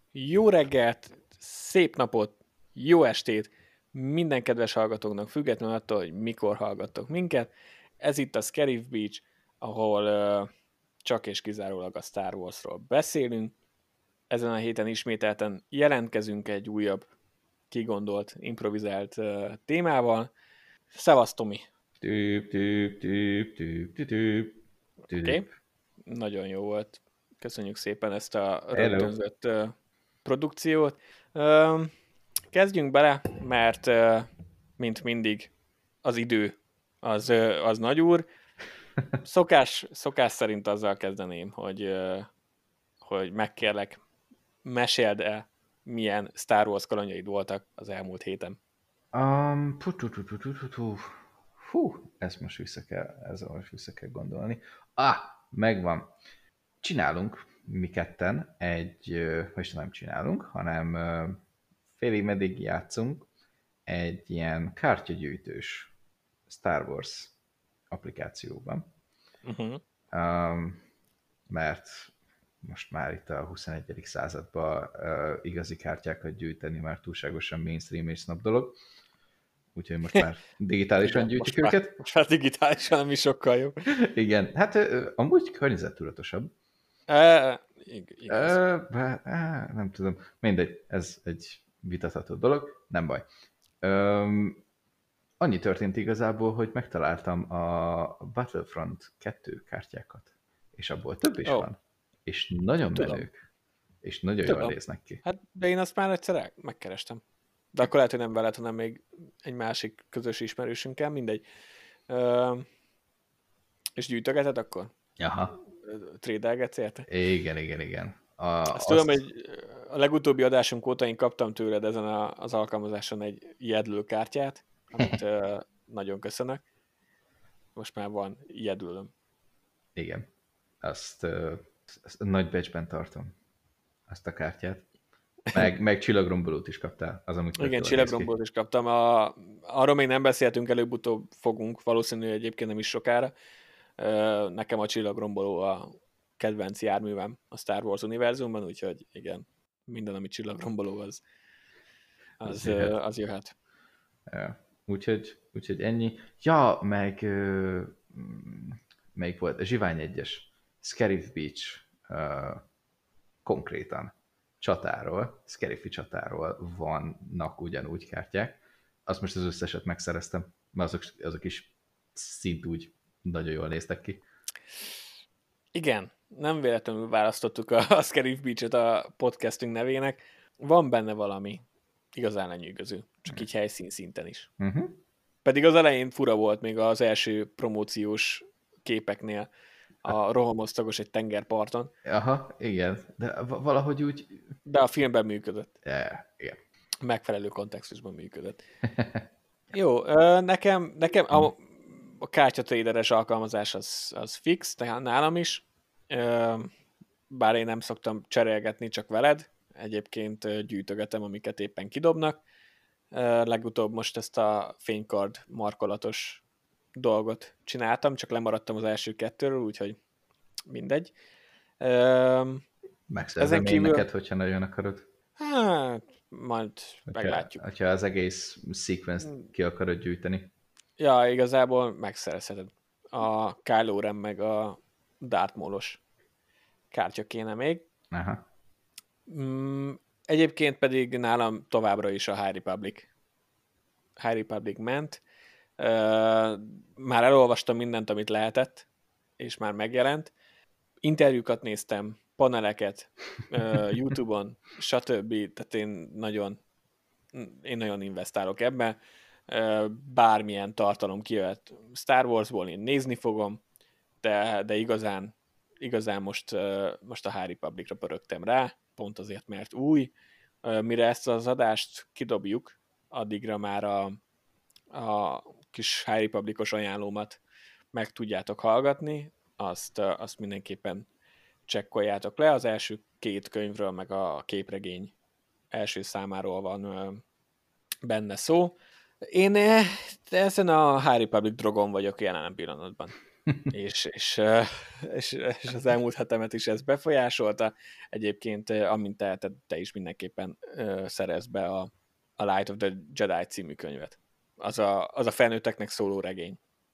Jó reggelt, szép napot, jó estét minden kedves hallgatóknak, függetlenül attól, hogy mikor hallgattok minket. Ez itt a Scarif Beach, ahol csak és kizárólag a Star Warsról beszélünk. Ezen a héten ismételten jelentkezünk egy újabb, kigondolt, improvizált témával. Szevasz, Tomi! Oké, nagyon jó volt. Köszönjük szépen ezt a rögtönzött produkciót. Kezdjünk bele, mert mint mindig az idő az nagyúr. Szokás szerint azzal kezdeném, hogy megkérlek, meséld el, milyen Star Wars kalandjaid voltak az elmúlt héten. Ezt most vissza kell gondolni. Megvan. Csinálunk mi ketten most nem csinálunk, hanem félig meddig játszunk egy ilyen kártyagyűjtős Star Wars applikációban. Mert most már itt a 21. században igazi kártyákat gyűjteni már túlságosan mainstream és snob dolog. Úgyhogy most már digitálisan gyűjtjük őket. Most már digitálisan nem is sokkal jobb. Igen, hát amúgy környezettudatosabb. Nem tudom. Mindegy, ez egy vitatható dolog, nem baj. Annyi történt igazából, hogy megtaláltam a Battlefront 2 kártyákat, és abból több is van. És nagyon menők. És nagyon jól néznek ki. Hát, de én azt már egyszer megkerestem. De akkor lehet, hogy nem veled, hanem még egy másik közös ismerősünkkel, mindegy. És gyűjtögeted akkor? Aha. Trédelgetsz érte? Igen. Tudom, hogy a legutóbbi adásunk óta én kaptam tőled ezen az alkalmazáson egy jedlőkártyát, amit nagyon köszönök. Most már van jedlőm. Igen. Azt nagy becsben tartom. Azt a kártyát. Meg csillagrombolót is kaptál. Igen, csillagrombolót is kaptam. Arról még nem beszéltünk, előbb-utóbb fogunk, valószínűleg egyébként nem is sokára. Nekem a csillagromboló a kedvenc járművem a Star Wars univerzumban, úgyhogy igen, minden, ami csillagromboló, az jöhet. Ja. Úgyhogy ennyi. Ja, meg melyik volt? A Zsivány 1-es Scarif Beach konkrétan csatáról, Scarifi csatáról vannak ugyanúgy kártyák. Azt most az összeset megszereztem, mert azok is szintúgy nagyon jól néztek ki. Igen, nem véletlenül választottuk a Scarif Beach-et a podcastünk nevének. Van benne valami igazán lenyűgöző, csak így helyszín szinten is. Pedig az elején fura volt még az első promóciós képeknél a rohamosztagos egy tengerparton. Aha, igen, de valahogy úgy... De a filmben működött. Igen. Megfelelő kontextusban működött. Jó, nekem a kártyatraderes alkalmazás az fix, tehát nálam is. Bár én nem szoktam cserélgetni csak veled, egyébként gyűjtögetem, amiket éppen kidobnak. Legutóbb most ezt a fénykard markolatos dolgot csináltam, csak lemaradtam az első kettőről, úgyhogy mindegy. Megszerzem én neked, hogyha nagyon akarod. Hát, majd meglátjuk. Ha az egész sequence-t ki akarod gyűjteni. Ja, igazából megszerezheted. A Kylo Ren meg a Darth Maul-os kártya kéne még. Aha. Egyébként pedig nálam továbbra is a High Republic ment. Már elolvastam mindent, amit lehetett, és már megjelent. Interjúkat néztem, paneleket, YouTube-on, stb. Tehát én nagyon investálok ebbe. Bármilyen tartalom kijöhet Star Warsból, én nézni fogom, de igazán most a High Republicra pörögtem rá, pont azért, mert új. Mire ezt az adást kidobjuk, addigra már a kis High Republicos ajánlómat meg tudjátok hallgatni, azt mindenképpen csekkoljátok le. Az első 2 könyvről, meg a képregény első számáról van benne szó. Én ezen a High Republic drogon vagyok jelen pillanatban. és az elmúlt hetemet is ez befolyásolta. Egyébként, amint te is mindenképpen szerez be a Light of the Jedi című könyvet. Az a felnőtteknek szóló regény.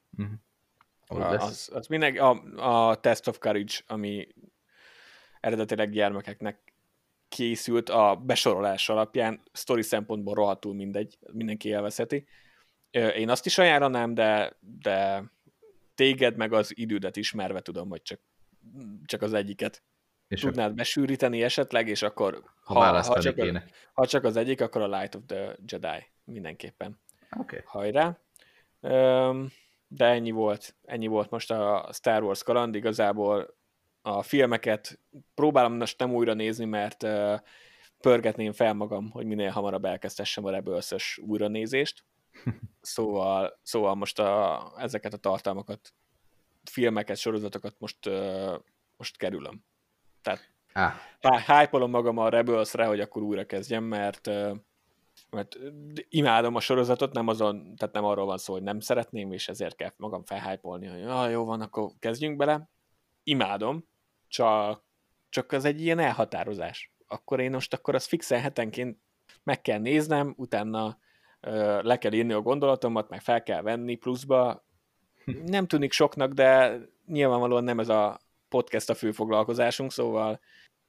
Az mindenki, a Test of Courage, ami eredetileg gyermekeknek készült a besorolás alapján, sztori szempontból rohadtul mindegy, mindenki élvezheti. Én azt is ajánlanám, de téged meg az idődet ismerve tudom, hogy csak az egyiket és tudnád besűríteni esetleg, és akkor ha csak az egyik, akkor a Light of the Jedi mindenképpen. Okay. Hajrá! De ennyi volt most a Star Wars kaland, igazából a filmeket próbálom most nem újra nézni, mert pörgetném fel magam, hogy minél hamarabb elkezdhessem a Rebels-ös újranézést. Szóval most ezeket a tartalmakat, filmeket, sorozatokat most kerülöm. Tehát hype-olom magam a Rebels-re, hogy akkor újra kezdjem, mert imádom a sorozatot, tehát nem arról van szó, hogy nem szeretném, és ezért kell magam felhype-olni, hogy jó van, akkor kezdjünk bele. Imádom, csak az egy ilyen elhatározás. Akkor azt fixen hetenként meg kell néznem, utána le kell írni a gondolatomat, meg fel kell venni pluszba. Nem tűnik soknak, de nyilvánvalóan nem ez a podcast a fő foglalkozásunk, szóval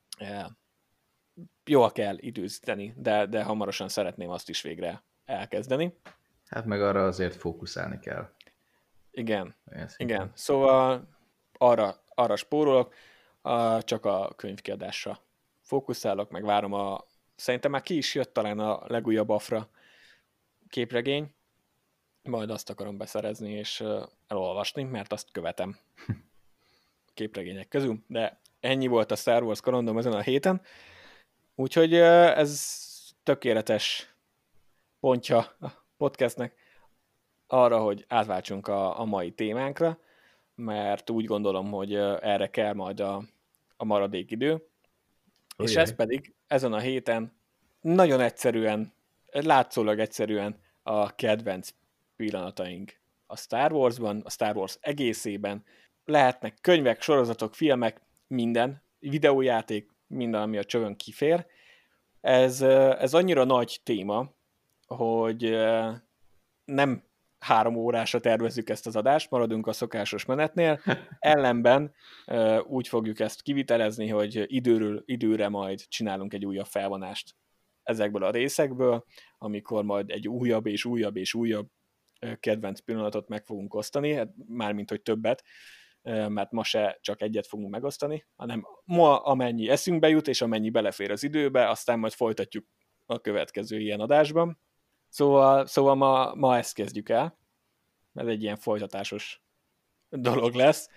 jól kell időzíteni, de hamarosan szeretném azt is végre elkezdeni. Hát meg arra azért fókuszálni kell. Igen. Szóval arra spórolok, csak a könyvkiadásra fókuszálok, meg várom szerintem már ki is jött talán a legújabb Afra képregény, majd azt akarom beszerezni és elolvasni, mert azt követem a képregények közül, de ennyi volt a Star Wars kalandom ezen a héten, úgyhogy ez tökéletes pontja a podcastnek arra, hogy átváltsunk a mai témánkra, mert úgy gondolom, hogy erre kell majd a maradék idő, és ez pedig ezen a héten nagyon egyszerűen, látszólag egyszerűen a kedvenc pillanataink a Star Warsban, a Star Wars egészében. Lehetnek könyvek, sorozatok, filmek, minden, videójáték, minden, ami a csövön kifér. Ez annyira nagy téma, hogy nem 3 órásra tervezzük ezt az adást, maradunk a szokásos menetnél, ellenben úgy fogjuk ezt kivitelezni, hogy időről időre majd csinálunk egy újabb felvonást ezekből a részekből, amikor majd egy újabb és újabb és újabb kedvenc pillanatot meg fogunk osztani, mármint, hogy többet, mert ma se csak egyet fogunk megosztani, hanem ma amennyi eszünkbe jut, és amennyi belefér az időbe, aztán majd folytatjuk a következő ilyen adásban. Szóval ma ezt kezdjük el. Ez egy ilyen folytatásos dolog lesz.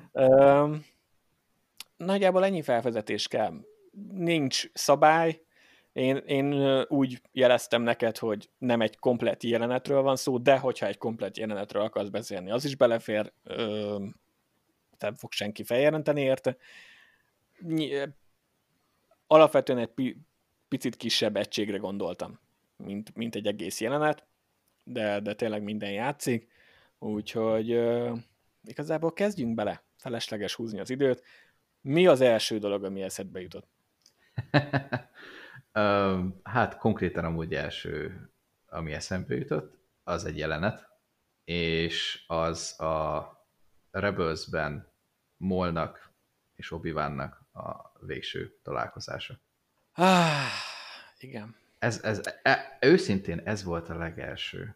Nagyjából ennyi felvezetés kell. Nincs szabály. Én úgy jeleztem neked, hogy nem egy komplett jelenetről van szó, de hogyha egy komplett jelenetről akarsz beszélni, az is belefér. Nem fog senki feljelenteni érte. Alapvetően egy picit kisebb egységre gondoltam, mint egy egész jelenet, de tényleg minden játszik, úgyhogy igazából kezdjünk bele, felesleges húzni az időt. Mi az első dolog, ami eszedbe jutott? Hát konkrétan amúgy első, ami eszembe jutott, az egy jelenet, és az a Rebelsben Maulnak és Obi-Wannak a végső találkozása. Igen. Őszintén ez volt a legelső.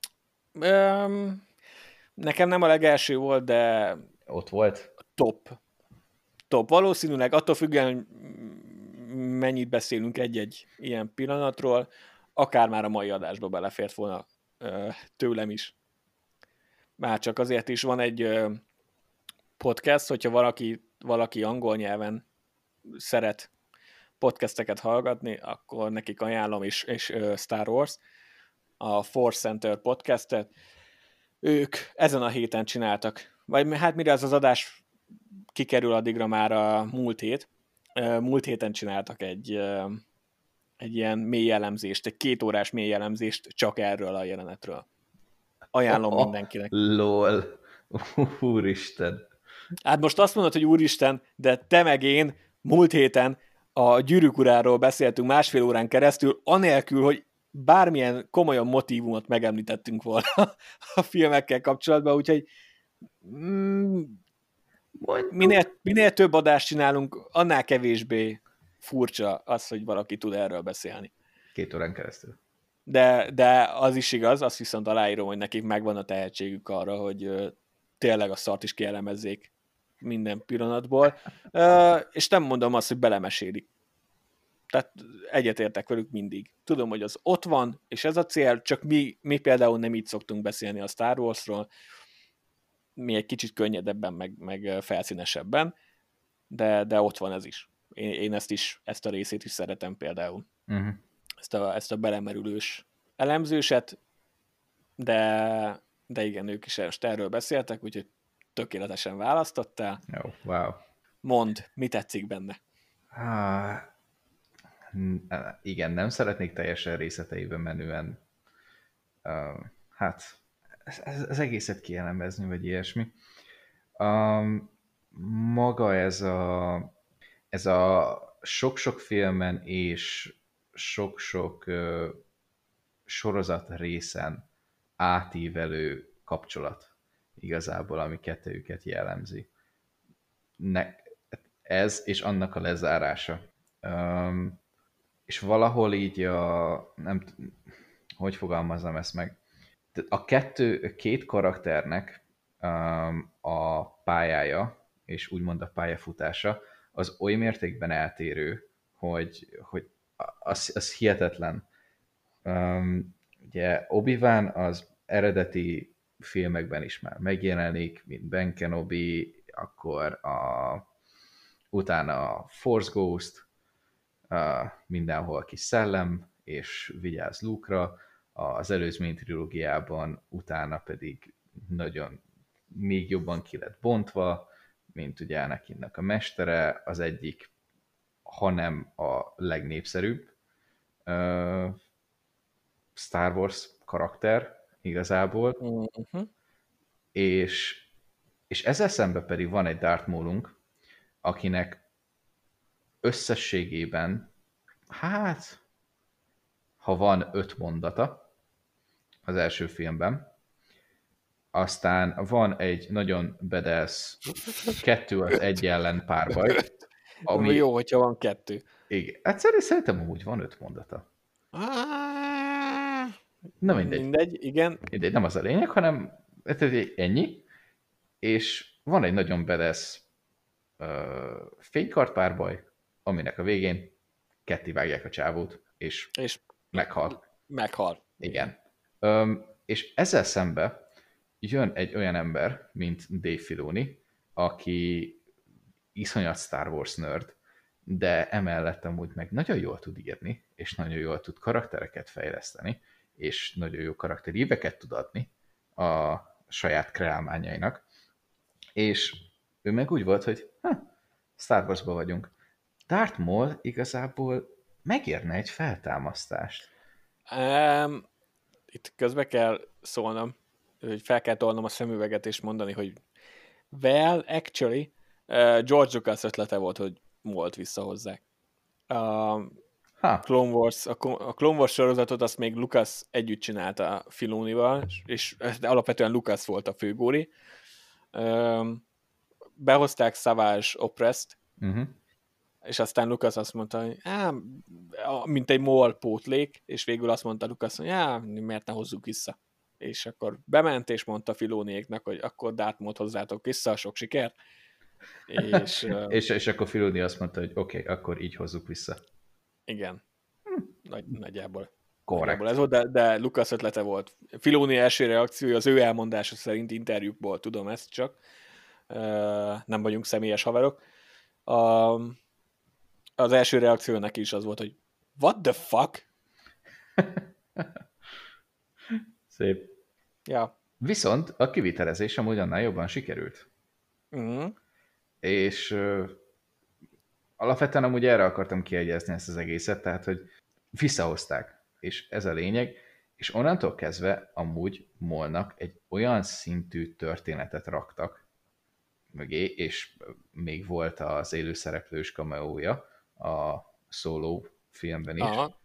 Nekem nem a legelső volt, de... Ott volt? Top. Valószínűleg attól függően mennyit beszélünk egy-egy ilyen pillanatról, akár már a mai adásba belefért volna tőlem is. Már csak azért is van egy podcast, hogyha valaki angol nyelven szeret podcasteket hallgatni, akkor nekik ajánlom is, és Star Wars, a Force Center podcastet. Ők ezen a héten csináltak, vagy hát mire ez az adás kikerül, addigra már a múlt hét. Múlt héten csináltak egy ilyen mély elemzést, egy 2 órás mély elemzést csak erről a jelenetről. Ajánlom mindenkinek. Lol. Úristen. Hát most azt mondod, hogy úristen, de te meg én múlt héten a Gyűrűk Uráról beszéltünk másfél órán keresztül, anélkül, hogy bármilyen komolyan motívumot megemlítettünk volna a filmekkel kapcsolatban, úgyhogy minél több adást csinálunk, annál kevésbé furcsa az, hogy valaki tud erről beszélni. 2 órán keresztül. De az is igaz, azt viszont aláírom, hogy nekik megvan a tehetségük arra, hogy tényleg a szart is kielemezzék minden pillanatból, és nem mondom azt, hogy belemesélik. Tehát egyetértek velük mindig. Tudom, hogy az ott van, és ez a cél, csak mi például nem így szoktunk beszélni a Star Warsról, mi egy kicsit könnyedebben, meg felszínesebben, de ott van ez is. Én ezt a részét is szeretem például. Uh-huh. Ezt a belemerülős elemzőset, de igen, ők is most erről beszéltek, úgyhogy tökéletesen választottál. Jó, wow. Mondd, mi tetszik benne? Igen, nem szeretnék teljesen részleteiben menően ez egészet kielemezni, vagy ilyesmi. Maga ez a sok-sok filmen és sok-sok sorozat részen átívelő kapcsolat igazából, ami kettőjüket jellemzi. Ez és annak a lezárása. És valahol így hogy fogalmazzam ezt meg? A két karakternek a pályája, és úgymond a pályafutása, az oly mértékben eltérő, hogy az hihetetlen. Ugye Obi-Wan az eredeti filmekben is már megjelenik, mint Ben Kenobi, akkor utána a Force Ghost, mindenhol kis szellem, és vigyáz Luke-ra, az előzmény trilógiában utána pedig nagyon még jobban ki lett bontva, mint ugye Anakinnak a mestere, az egyik, hanem a legnépszerűbb Star Wars karakter igazából, és ezzel szemben pedig van egy Darth Maulunk, akinek összességében, ha van 5 mondata az első filmben, aztán van egy nagyon badass 2 az 1 ellen párbaj. Ami jó, hogyha van 2. Igen. Szerintem úgy van 5 mondata. Na mindegy, igen. Mindegy, nem az a lényeg, hanem ennyi. És van egy nagyon badass fénykart párbaj, aminek a végén kettivágják a csávót, és meghal. Meghal. Igen. És ezzel szembe jön egy olyan ember, mint Dave Filoni, aki iszonyat Star Wars nerd, de emellett amúgy meg nagyon jól tud írni, és nagyon jól tud karaktereket fejleszteni, és nagyon jó karakteríveket tud adni a saját kreálmányainak. És ő meg úgy volt, hogy Star Wars-ban vagyunk. Darth Maul igazából megérne egy feltámasztást. Itt közbe kell szólnom, hogy fel kell tolnom a szemüveget és mondani, hogy well, actually, George Lucas ötlete volt, hogy Mault visszahozzák. A Clone Wars sorozatot azt még Lucas együtt csinálta Filonival, és alapvetően Lucas volt a főgóri. Behozták Savage Opress-t, és aztán Lucas azt mondta, hogy mint egy Maul pótlék, és végül azt mondta Lucas, hogy miért ne hozzuk vissza. És akkor bement, és mondta Filoniéknak, hogy akkor Darth Mault hozzátok vissza, sok sikert. És akkor Filoni azt mondta, hogy oké, akkor így hozzuk vissza. Igen. Nagyjából. Korrekt. Ez volt, de Lucas ötlete volt. Filoni első reakciója az ő elmondása szerint interjúkból, tudom ezt csak. Nem vagyunk személyes haverok. Az első reakció neki is az volt, hogy what the fuck? Szép. Ja. Viszont a kivitelezés amúgy annál jobban sikerült. És alapvetően amúgy erre akartam kiegyezni ezt az egészet, tehát, hogy visszahozták, és ez a lényeg, És onnantól kezdve amúgy Molnak egy olyan szintű történetet raktak mögé, és még volt az élőszereplős cameója a Solo filmben is. Aha.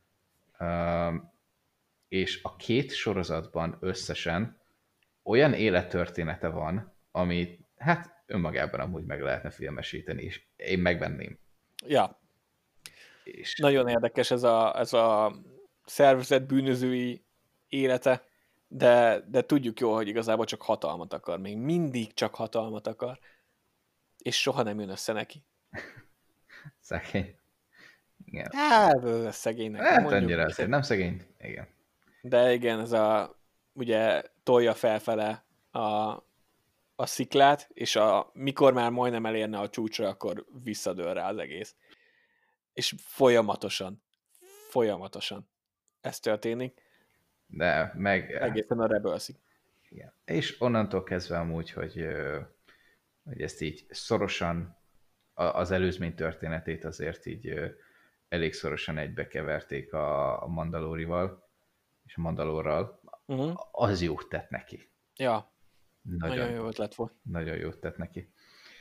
És a két sorozatban összesen olyan élettörténete van, amit hát önmagában amúgy meg lehetne filmesíteni, és én megvenném. Ja. És Nagyon érdekes ez a szervezet bűnözői élete, de tudjuk jól, hogy igazából csak hatalmat akar. Még mindig csak hatalmat akar, és soha nem jön össze neki. szegény. Igen. Hát, ez szegénynek nem Hát mondjuk. annyira azért nem szegény. Igen. De igen, ez ugye tolja felfele a sziklát, és mikor már majdnem elérne a csúcsra, akkor visszadől rá az egész. És folyamatosan ez történik. De meg... Egészen a Rebelsig. Igen. És onnantól kezdve amúgy, hogy ezt így szorosan, az előzmény történetét azért így elég szorosan egybekeverték a Mandalorival, és a Mandalorral, az jót tett neki. Ja, nagyon jó ötlet volt. Nagyon jót tett neki.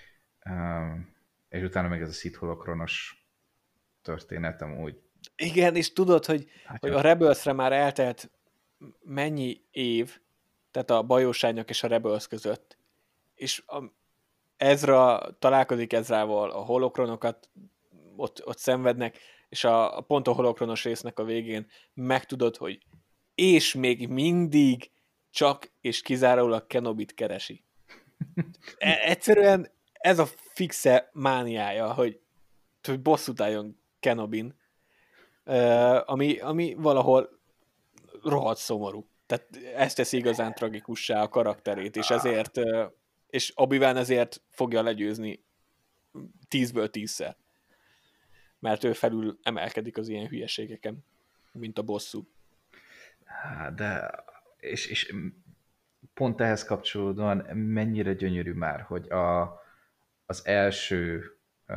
És utána meg ez a Sith holokronos történet amúgy. Igen, és tudod, hogy a Rebelsre már eltelt mennyi év, tehát a Bajósányok és a Rebels között, és Ezra találkozik Ezrával, a holokronokat ott szenvednek, és pont a holokronos résznek a végén megtudod, hogy és még mindig csak és kizárólag Kenobit keresi. Egyszerűen ez a fixe mániája, hogy bosszút álljon Kenobin, ami valahol rohadt szomorú. Tehát ez teszi igazán tragikussá a karakterét, és ezért és Obi-Wan ezért fogja legyőzni 10-ből 10-szer. Mert ő felül emelkedik az ilyen hülyeségeken, mint a bosszú. De, és pont ehhez kapcsolódóan mennyire gyönyörű már, hogy az első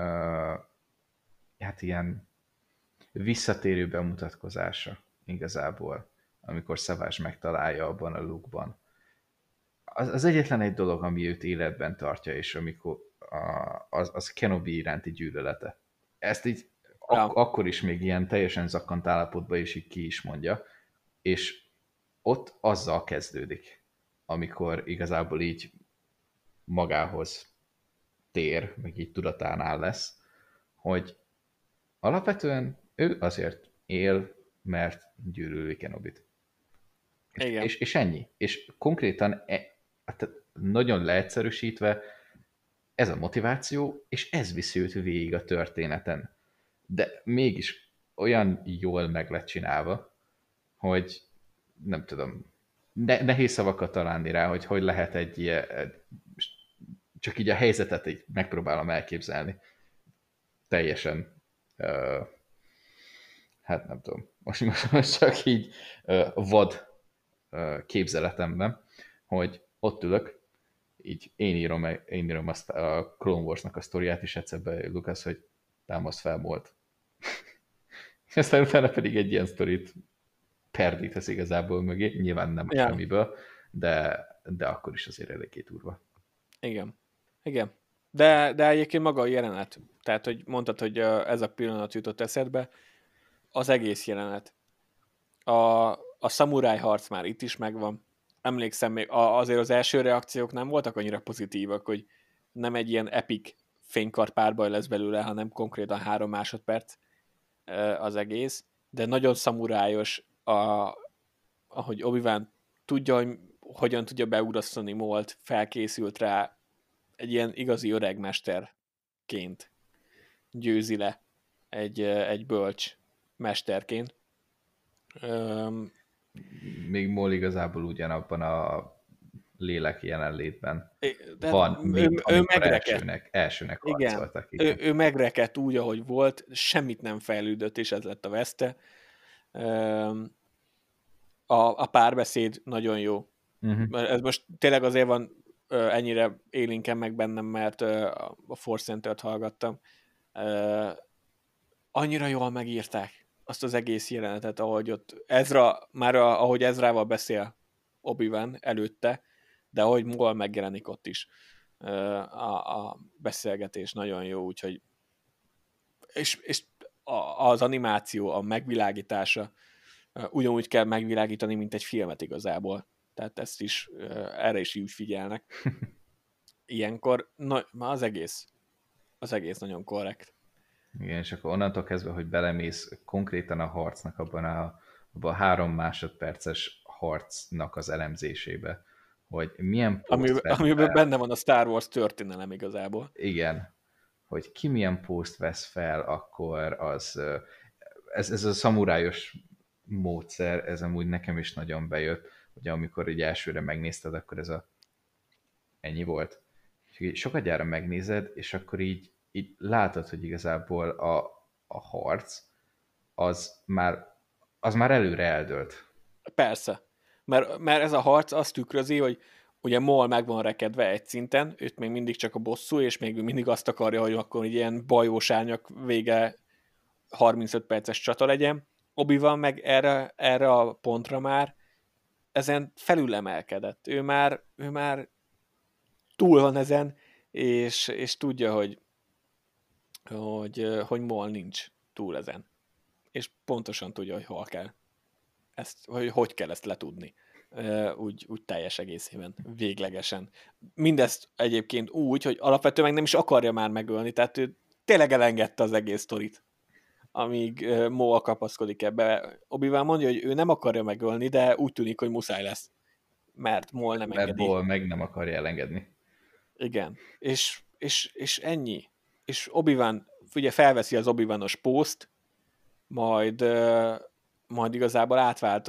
hát ilyen visszatérő bemutatkozása igazából, amikor Savage megtalálja abban a Luke-ban. Az egyetlen egy dolog, ami őt életben tartja, és amikor az Kenobi iránti gyűlölete. Ezt így akkor is még ilyen teljesen zakkant állapotban is így ki is mondja, és ott azzal kezdődik, amikor igazából így magához tér, meg így tudatánál lesz, hogy alapvetően ő azért él, mert gyűlöli Kenobit. És ennyi. És konkrétan nagyon leegyszerűsítve ez a motiváció, és ez viszi őt végig a történeten. De mégis olyan jól meg lett csinálva, hogy nem tudom, nehéz szavakat találni rá, hogy lehet egy ilyen, csak így a helyzetet így megpróbálom elképzelni. Teljesen, hát nem tudom, most csak így vad képzeletemben, hogy ott ülök, így én írom azt a Clone Wars-nak a sztoriát, és egyszer bejön Lucas, hogy támaszt fel volt. Aztán utána pedig egy ilyen sztorit perdítesz igazából mögé, nyilván nem semmiből, de akkor is azért eléggé durva. Igen. De egyébként maga a jelenet, tehát hogy mondtad, hogy ez a pillanat jutott eszedbe, az egész jelenet. A szamuráj harc már itt is megvan. Emlékszem, még azért az első reakciók nem voltak annyira pozitívak, hogy nem egy ilyen epic fénykar párbaj lesz belőle, hanem konkrétan 3 másodperc az egész, de nagyon szamurájos, ahogy Obi-Wan tudja, hogy hogyan tudja beugrasztani Molt, felkészült rá, egy ilyen igazi öregmesterként győzi le egy bölcs mesterként. Még Maul igazából ugyanabban a lélek jelenlétben de van, mint ő megrekedt. Elsőnek harcoltak. Ő megrekedt úgy, ahogy volt, semmit nem fejlődött, és ez lett a veszte. A párbeszéd nagyon jó. Ez most tényleg azért van ennyire élénken meg bennem, mert a Force Center-t hallgattam. Annyira jól megírták. azt az egész jelenetet, ahogy ott Ezra, már ahogy Ezrával beszél Obi-Wan előtte, de ahogy Maul megjelenik ott is. A beszélgetés nagyon jó, úgyhogy és az animáció, a megvilágítása ugyanúgy kell megvilágítani, mint egy filmet igazából. Tehát ezt is, erre is úgy figyelnek. Ilyenkor az egész nagyon korrekt. Igen, és akkor onnantól kezdve, hogy belemész konkrétan a harcnak abban a 3 másodperces harcnak az elemzésébe, hogy milyen pószt vesz Amiben fel. benne van a Star Wars történelem igazából. Igen, hogy ki milyen pószt vesz fel, akkor az, ez a szamurájos módszer, ez amúgy nekem is nagyon bejött, hogy amikor így elsőre megnézted, akkor ez ennyi volt. És így sokadjára megnézed, és akkor így látod, hogy igazából a harc az már előre eldőlt. Persze. Mert ez a harc azt tükrözi, hogy ugye Maul meg van rekedve egy szinten, őt még mindig csak a bosszú, és még mindig azt akarja, hogy akkor ilyen bajós árnyak vége 35 perces csata legyen. Obi-Wan meg erre a pontra már ezen felülemelkedett. Ő már túl van ezen, és tudja, hogy Maul nincs túl ezen. És pontosan tudja, hogy hol kell. Hogy kell ezt letudni. Úgy teljes egészében, véglegesen. Mindezt egyébként úgy, hogy alapvetően meg nem is akarja már megölni, tehát ő tényleg elengedte az egész sztorit, amíg Maul kapaszkodik ebbe. Obi-Wan mondja, hogy ő nem akarja megölni, de úgy tűnik, hogy muszáj lesz, mert Maul nem Mert engedi. Maul meg nem akarja elengedni. Igen. És ennyi. És Obi-Wan ugye felveszi az Obi-Wanos pószt, majd igazából átvált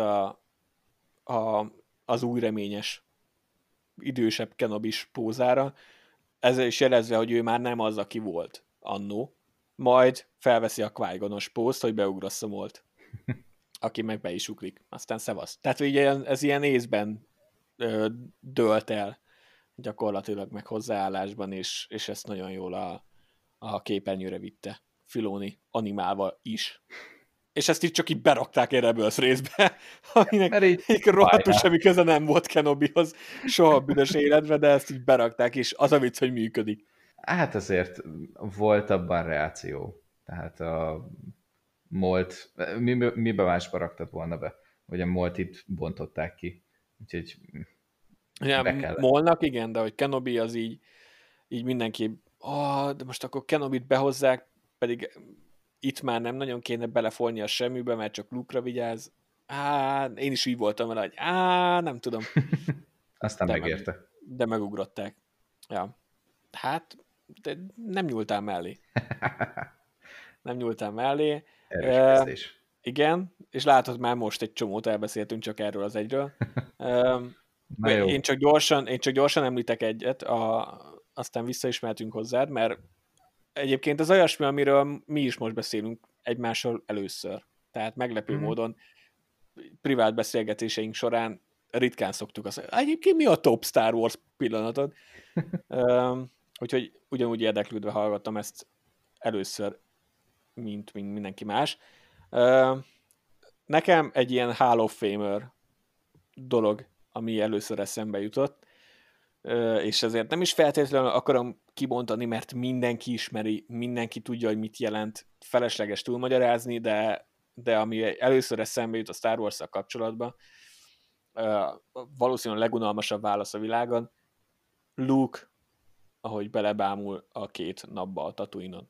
az új reményes idősebb Kenobis pózára, ezzel is jelezve, hogy ő már nem az, aki volt annó, majd felveszi a Qui-Gonos pószt, hogy beugrassza volt, aki meg be is ugrik. Aztán szevasz. Tehát ugye ez ilyen észben dölt el gyakorlatilag meg hozzáállásban, és ezt nagyon jól a képernyőre vitte Filoni animálva is. És ezt itt csak így berakták egy Rebels részbe, aminek rohadtul semmi köze nem volt Kenobihoz soha büdös életben, de ezt így berakták, és az a vicc, hogy működik. Hát azért volt abban reakció. Tehát a Molt, mibe másba raktad volna be? Ugye Molt itt bontották ki. Úgyhogy Ja, Molnak igen, de hogy Kenobi az így mindenki, de most akkor Kenobit behozzák, pedig itt már nem nagyon kéne belefolni a semmibe, mert csak Luke-ra vigyáz. Én is így voltam vele, hogy nem tudom. Aztán megérte. De megugrották. Ja. Hát, de nem nyúltál mellé. Nem nyúltál mellé. Erős kezdés. Igen, és látod, már most egy csomót elbeszéltünk csak erről az egyről. Én csak gyorsan említek egyet, aztán vissza is mehetünk hozzád, mert egyébként az olyasmi, amiről mi is most beszélünk egymással először. Tehát meglepő módon privát beszélgetéseink során ritkán szoktuk azt mondani, egyébként mi a top Star Wars pillanatod? Úgyhogy ugyanúgy érdeklődve hallgattam ezt először, mint mindenki más. Nekem egy ilyen Hall of Famer dolog, ami először eszembe jutott, és ezért nem is feltétlenül akarom kibontani, mert mindenki ismeri, mindenki tudja, hogy mit jelent, felesleges túlmagyarázni, de ami először eszembe jut a Star Wars-szal kapcsolatban, valószínűleg a legunalmasabb válasz a világon, Luke, ahogy belebámul a 2 napba a Tatooine-on.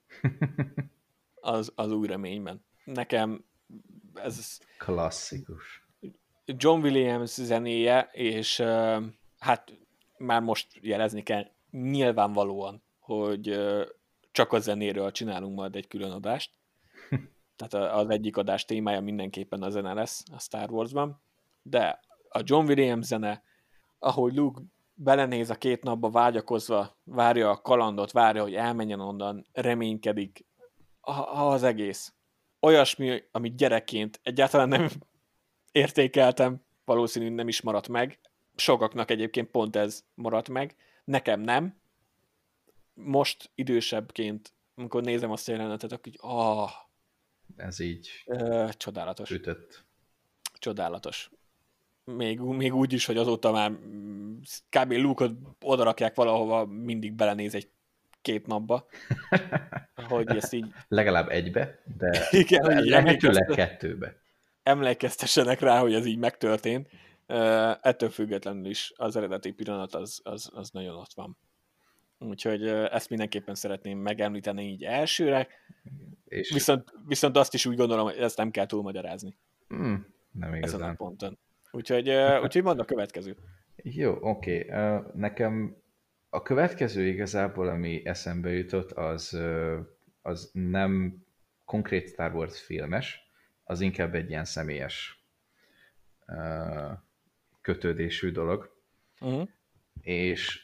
Az új reményben. Nekem ez... Klasszikus. John Williams zenéje, és hát már most jelezni kell nyilvánvalóan, hogy csak a zenéről csinálunk majd egy külön adást. Tehát az egyik adás témája mindenképpen a zene lesz a Star Warsban. De a John Williams zene, ahogy Luke belenéz a 2 napba vágyakozva, várja a kalandot, várja, hogy elmenjen onnan, reménykedik, az egész. Olyasmi, amit gyerekként egyáltalán nem értékeltem, valószínűleg nem is maradt meg. Sokaknak egyébként pont ez maradt meg. Nekem nem. Most idősebbként, amikor nézem azt a jelenetet, akkor ez így Csodálatos. ütött. Csodálatos. Még úgy is, hogy azóta már kb. Luke-ot odarakják valahova, mindig belenéz egy-két napba, hogy ezt így... Legalább egybe, de Igen, hogy így lehetőleg kettőbe. emlékeztessenek rá, hogy ez így megtörtént. Ettől függetlenül is az eredeti pillanat az nagyon ott van. Úgyhogy ezt mindenképpen szeretném megemlíteni így elsőre, És viszont azt is úgy gondolom, hogy ezt nem kell túlmagyarázni. Nem Ezen a igazán. ponton. Úgyhogy mondd a következő. Jó, oké. Nekem a következő igazából, ami eszembe jutott, az nem konkrét Star Wars filmes, az inkább egy ilyen személyes kötődésű dolog. Uh-huh. És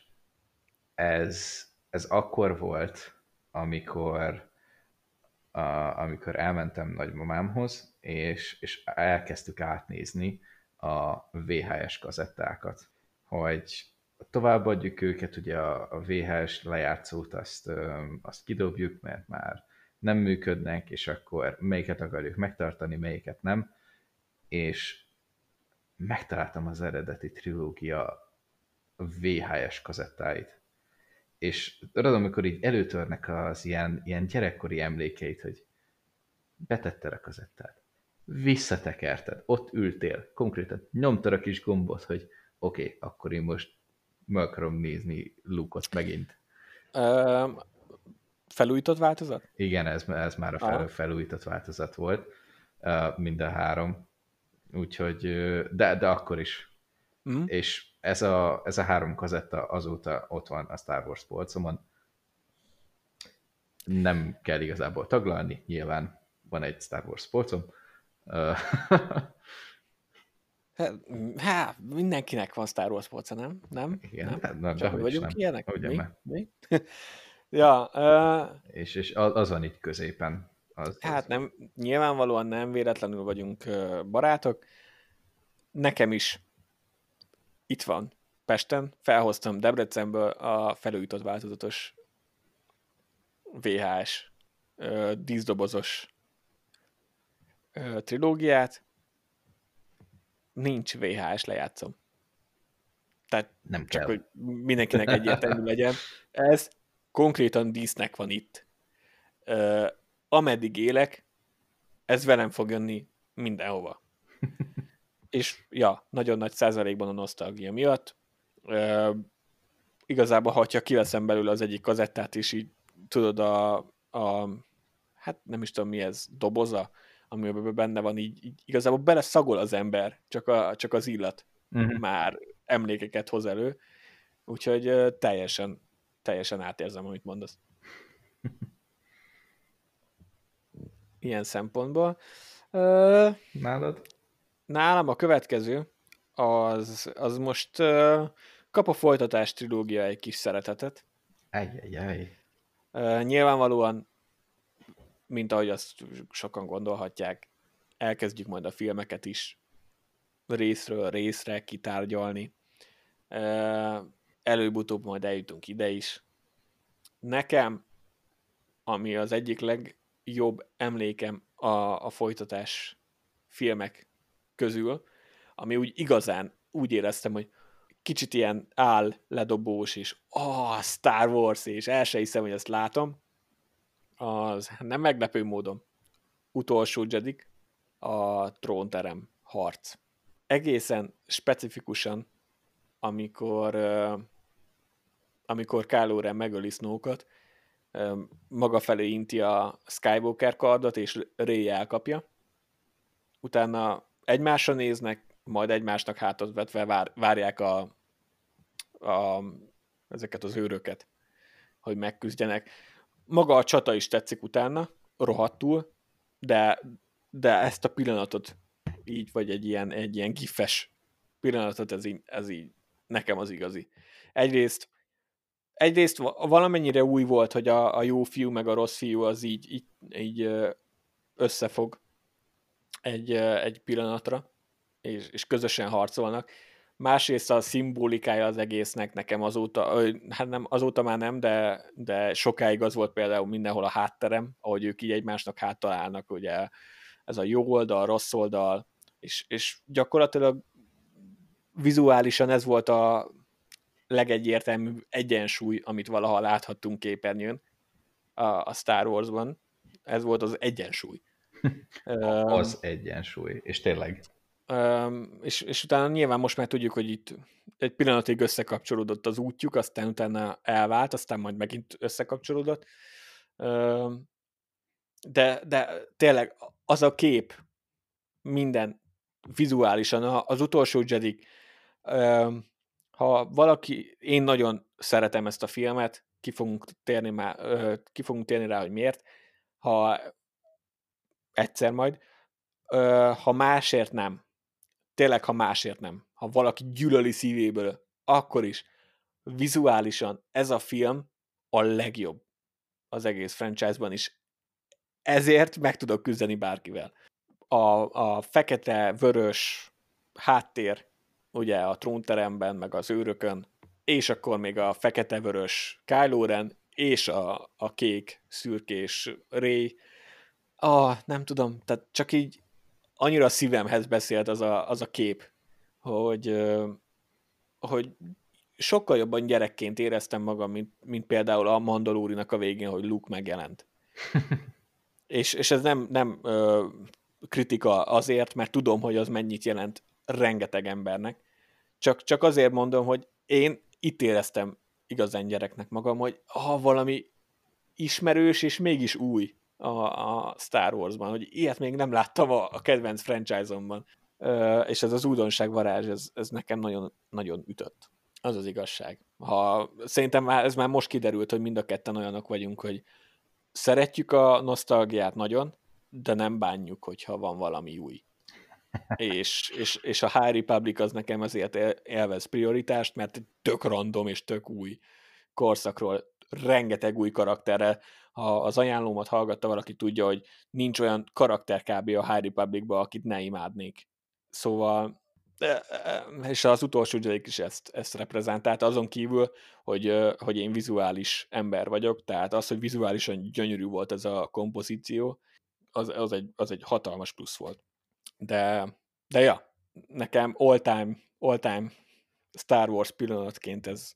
ez akkor volt, amikor elmentem nagymamámhoz, és elkezdtük átnézni a VHS kazettákat, hogy továbbadjuk őket, ugye a VHS lejátszót azt kidobjuk, mert már nem működnek, és akkor melyiket akarjuk megtartani, melyiket nem, és megtaláltam az eredeti trilógia VHS kazettáit. És tudod, amikor így előtörnek az ilyen gyerekkori emlékeit, hogy betetted a kazettát, visszatekerted, ott ültél, konkrétan nyomtad a kis gombot, hogy oké, akkor én most meg akarom nézni Luke-ot megint. Felújított változat? Igen, ez már a felújított változat volt, mind a három. Úgyhogy, de akkor is. És ez a 3 kazetta azóta ott van a Star Wars polcomon. Nem kell igazából taglalni, nyilván van egy Star Wars polcom. Mindenkinek van Star Wars polca, nem? Nem? Igen, nem? Csak mi vagyunk nem. ilyenek? Mi? Ja. És az van itt középen. Hát nem, nyilvánvalóan nem véletlenül vagyunk barátok. Nekem is itt van Pesten, felhoztam Debrecenből a felújított változatos VHS díszdobozos trilógiát. Nincs VHS lejátszom. Tehát nem csak, kell. hogy mindenkinek egyértelmű legyen. Ez konkrétan dísznek van itt. Ameddig élek, ez velem fog jönni mindenhova. És ja, nagyon nagy százalékban a nosztalgia miatt. Igazából, ha kiveszem belőle az egyik kazettát, és így tudod hát nem is tudom mi ez, doboza, amiben benne van, így igazából beleszagol az ember, csak az illat már emlékeket hoz elő. Úgyhogy teljesen átérzem, amit mondasz. Ilyen szempontból. Nálad? Nálam a következő, az most kap a folytatás trilógia egy kis szeretetet. Nyilvánvalóan, mint ahogy azt sokan gondolhatják, elkezdjük majd a filmeket is részről részre kitárgyalni. Előbb-utóbb majd eljutunk ide is. Nekem, ami az egyik legjobb emlékem a folytatás filmek közül, ami úgy igazán úgy éreztem, hogy kicsit ilyen ledobós, és Star Wars, és el se hiszem, hogy ezt látom, az nem meglepő módon utolsó Jedik, a trónterem harc. Egészen specifikusan, amikor Kylo Ren megöli Snoke-ot, maga felé inti a Skywalker kardot, és Rey elkapja. Utána egymásra néznek, majd egymásnak hátat vetve várják ezeket az őröket, hogy megküzdjenek. Maga a csata is tetszik utána, rohadtul, de ezt a pillanatot így, vagy egy ilyen gifes pillanatot, ez így nekem az igazi. Egyrészt valamennyire új volt, hogy a jó fiú meg a rossz fiú az így összefog egy pillanatra, és közösen harcolnak. másrészt a szimbolikája az egésznek nekem azóta, hát nem, azóta már nem, de sokáig az volt például mindenhol a hátterem, ahogy ők így egymásnak háttalálnak, ugye ez a jó oldal, rossz oldal, és gyakorlatilag vizuálisan ez volt a legegyértelműbb egyensúly, amit valaha láthattunk képernyőn a Star Warsban. Ez volt az egyensúly. Az egyensúly, és tényleg. És utána nyilván most már tudjuk, hogy itt egy pillanatig összekapcsolódott az útjuk, aztán utána elvált, aztán majd megint összekapcsolódott. De tényleg az a kép, minden vizuálisan, az utolsó Jedi, ha valaki, én nagyon szeretem ezt a filmet, ki fogunk térni rá, hogy miért, ha egyszer majd, ha másért nem, tényleg, ha másért nem, ha valaki gyűlöli szívéből, akkor is vizuálisan ez a film a legjobb az egész franchise-ban is. Ezért meg tudok küzdeni bárkivel. A fekete-vörös háttér, ugye a trónteremben, meg az őrökön, és akkor még a fekete-vörös Kylo Ren, és a kék, szürkés Rey. Nem tudom, tehát csak így annyira a szívemhez beszélt az a kép, hogy sokkal jobban gyerekként éreztem magam, mint például a Mandalorinak a végén, hogy Luke megjelent. és ez nem kritika azért, mert tudom, hogy az mennyit jelent rengeteg embernek. Csak azért mondom, hogy én itt éreztem igazán gyereknek magam, hogy valami ismerős és mégis új a Star Warsban, hogy ilyet még nem láttam a kedvenc franchise-omban. És ez az újdonság varázs, ez nekem nagyon, nagyon ütött. Az az igazság. Szerintem ez már most kiderült, hogy mind a ketten olyanok vagyunk, hogy szeretjük a nosztalgiát nagyon, de nem bánjuk, hogyha van valami új. és a High Republic az nekem azért élvez prioritást, mert tök random és tök új korszakról, rengeteg új karakterrel. Ha az ajánlómat hallgatta, valaki tudja, hogy nincs olyan karakter kb. A High Republicban, akit ne imádnék. Szóval, és az utolsó Jedi is ezt reprezentálta, azon kívül, hogy én vizuális ember vagyok, tehát az, hogy vizuálisan gyönyörű volt ez a kompozíció, az egy hatalmas plusz volt. De ja, nekem all-time Star Wars pillanatként ez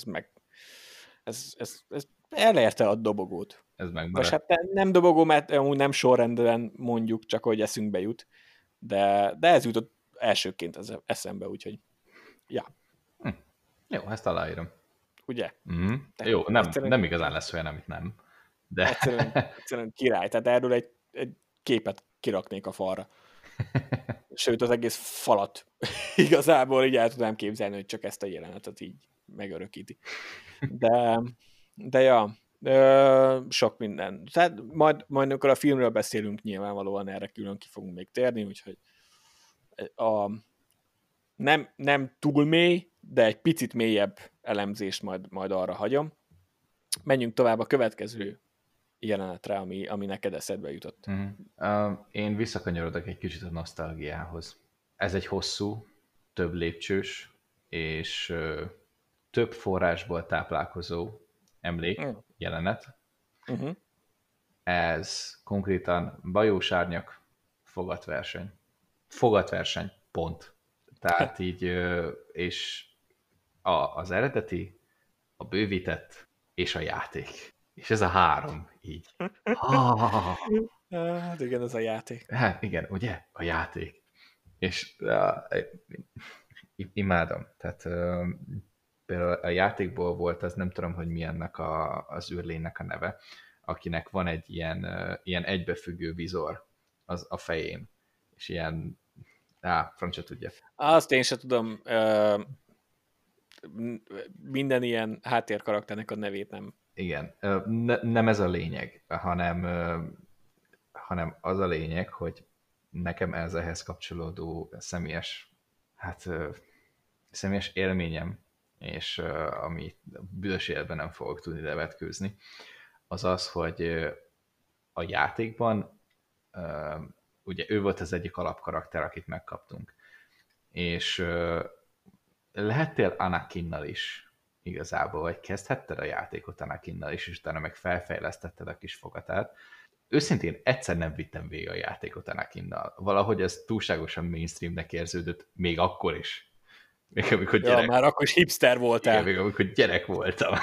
elérte a dobogót. Ez megmaradt. Vagy hát nem dobogó, mert amúgy nem sorrendben mondjuk, csak hogy eszünkbe jut. De ez jutott elsőként eszembe, úgyhogy ja. Jó, ezt aláírom. Ugye? Jó, nem igazán lesz olyan, amit nem. De... Egyszerűen király. Tehát erről egy képet kiraknék a falra. Sőt, az egész falat igazából így el tudnám képzelni, hogy csak ezt a jelenetet így megörökíti. De ja, sok minden. Tehát majd amikor a filmről beszélünk, nyilvánvalóan erre külön ki fogunk még térni, úgyhogy nem túl mély, de egy picit mélyebb elemzést majd arra hagyom. Menjünk tovább a következő jelenetre, ami neked eszedbe jutott. Én visszakanyarodok egy kicsit a nosztalgiához. Ez egy hosszú, több lépcsős, és több forrásból táplálkozó emlék, jelenet. Ez konkrétan Bajós Árnyak fogatverseny. Fogatverseny, pont. Tehát így, és az eredeti, a bővített és a játék. És ez a három így. Hát igen, ez a játék. Hát igen, ugye? A játék. És imádom. Tehát például a játékból volt, az nem tudom, hogy mi ennek az űrlénynek a neve, akinek van egy ilyen egybefüggő vizor az a fején. És ilyen, francia tudja. Azt én sem tudom, minden ilyen háttérkarakternek a nevét nem. Igen, nem ez a lényeg, hanem az a lényeg, hogy nekem ez ehhez kapcsolódó személyes élményem, és ami büdös életben nem fogok tudni levetkőzni, az az, hogy a játékban ugye ő volt az egyik alapkarakter, akit megkaptunk. És lehettél Anakinnal is igazából, vagy kezdhetted a játékot Anakinnal is, és utána meg felfejlesztetted a kis fogatát. Őszintén egyszer nem vittem végig a játékot Anakinnal. Valahogy ez túlságosan mainstreamnek érződött, még akkor is. Még amikor Ja, már akkor is hipster voltál. Igen, még amikor gyerek voltam.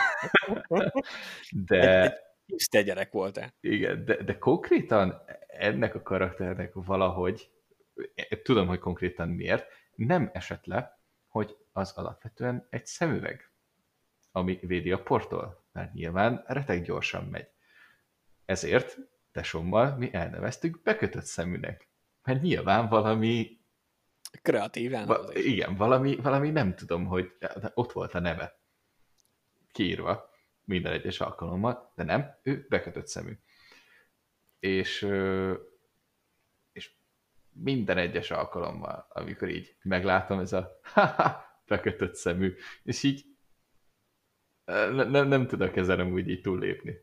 Egy hipster gyerek voltál. Igen, de konkrétan ennek a karakternek valahogy, tudom, hogy konkrétan miért, nem esett le, hogy az alapvetően egy szemüveg, ami védi a portól, mert nyilván reteg gyorsan megy. Ezért tesómmal mi elneveztük bekötött szeműnek. Mert nyilván valami... Kreatív elnevezés. Igen, valami nem tudom, hogy ott volt a neve kiírva minden egyes alkalommal, de nem, ő bekötött szemű. És minden egyes alkalommal, amikor így meglátom ez a bekötött szemű, és így nem tudok ezen amúgy így túllépni.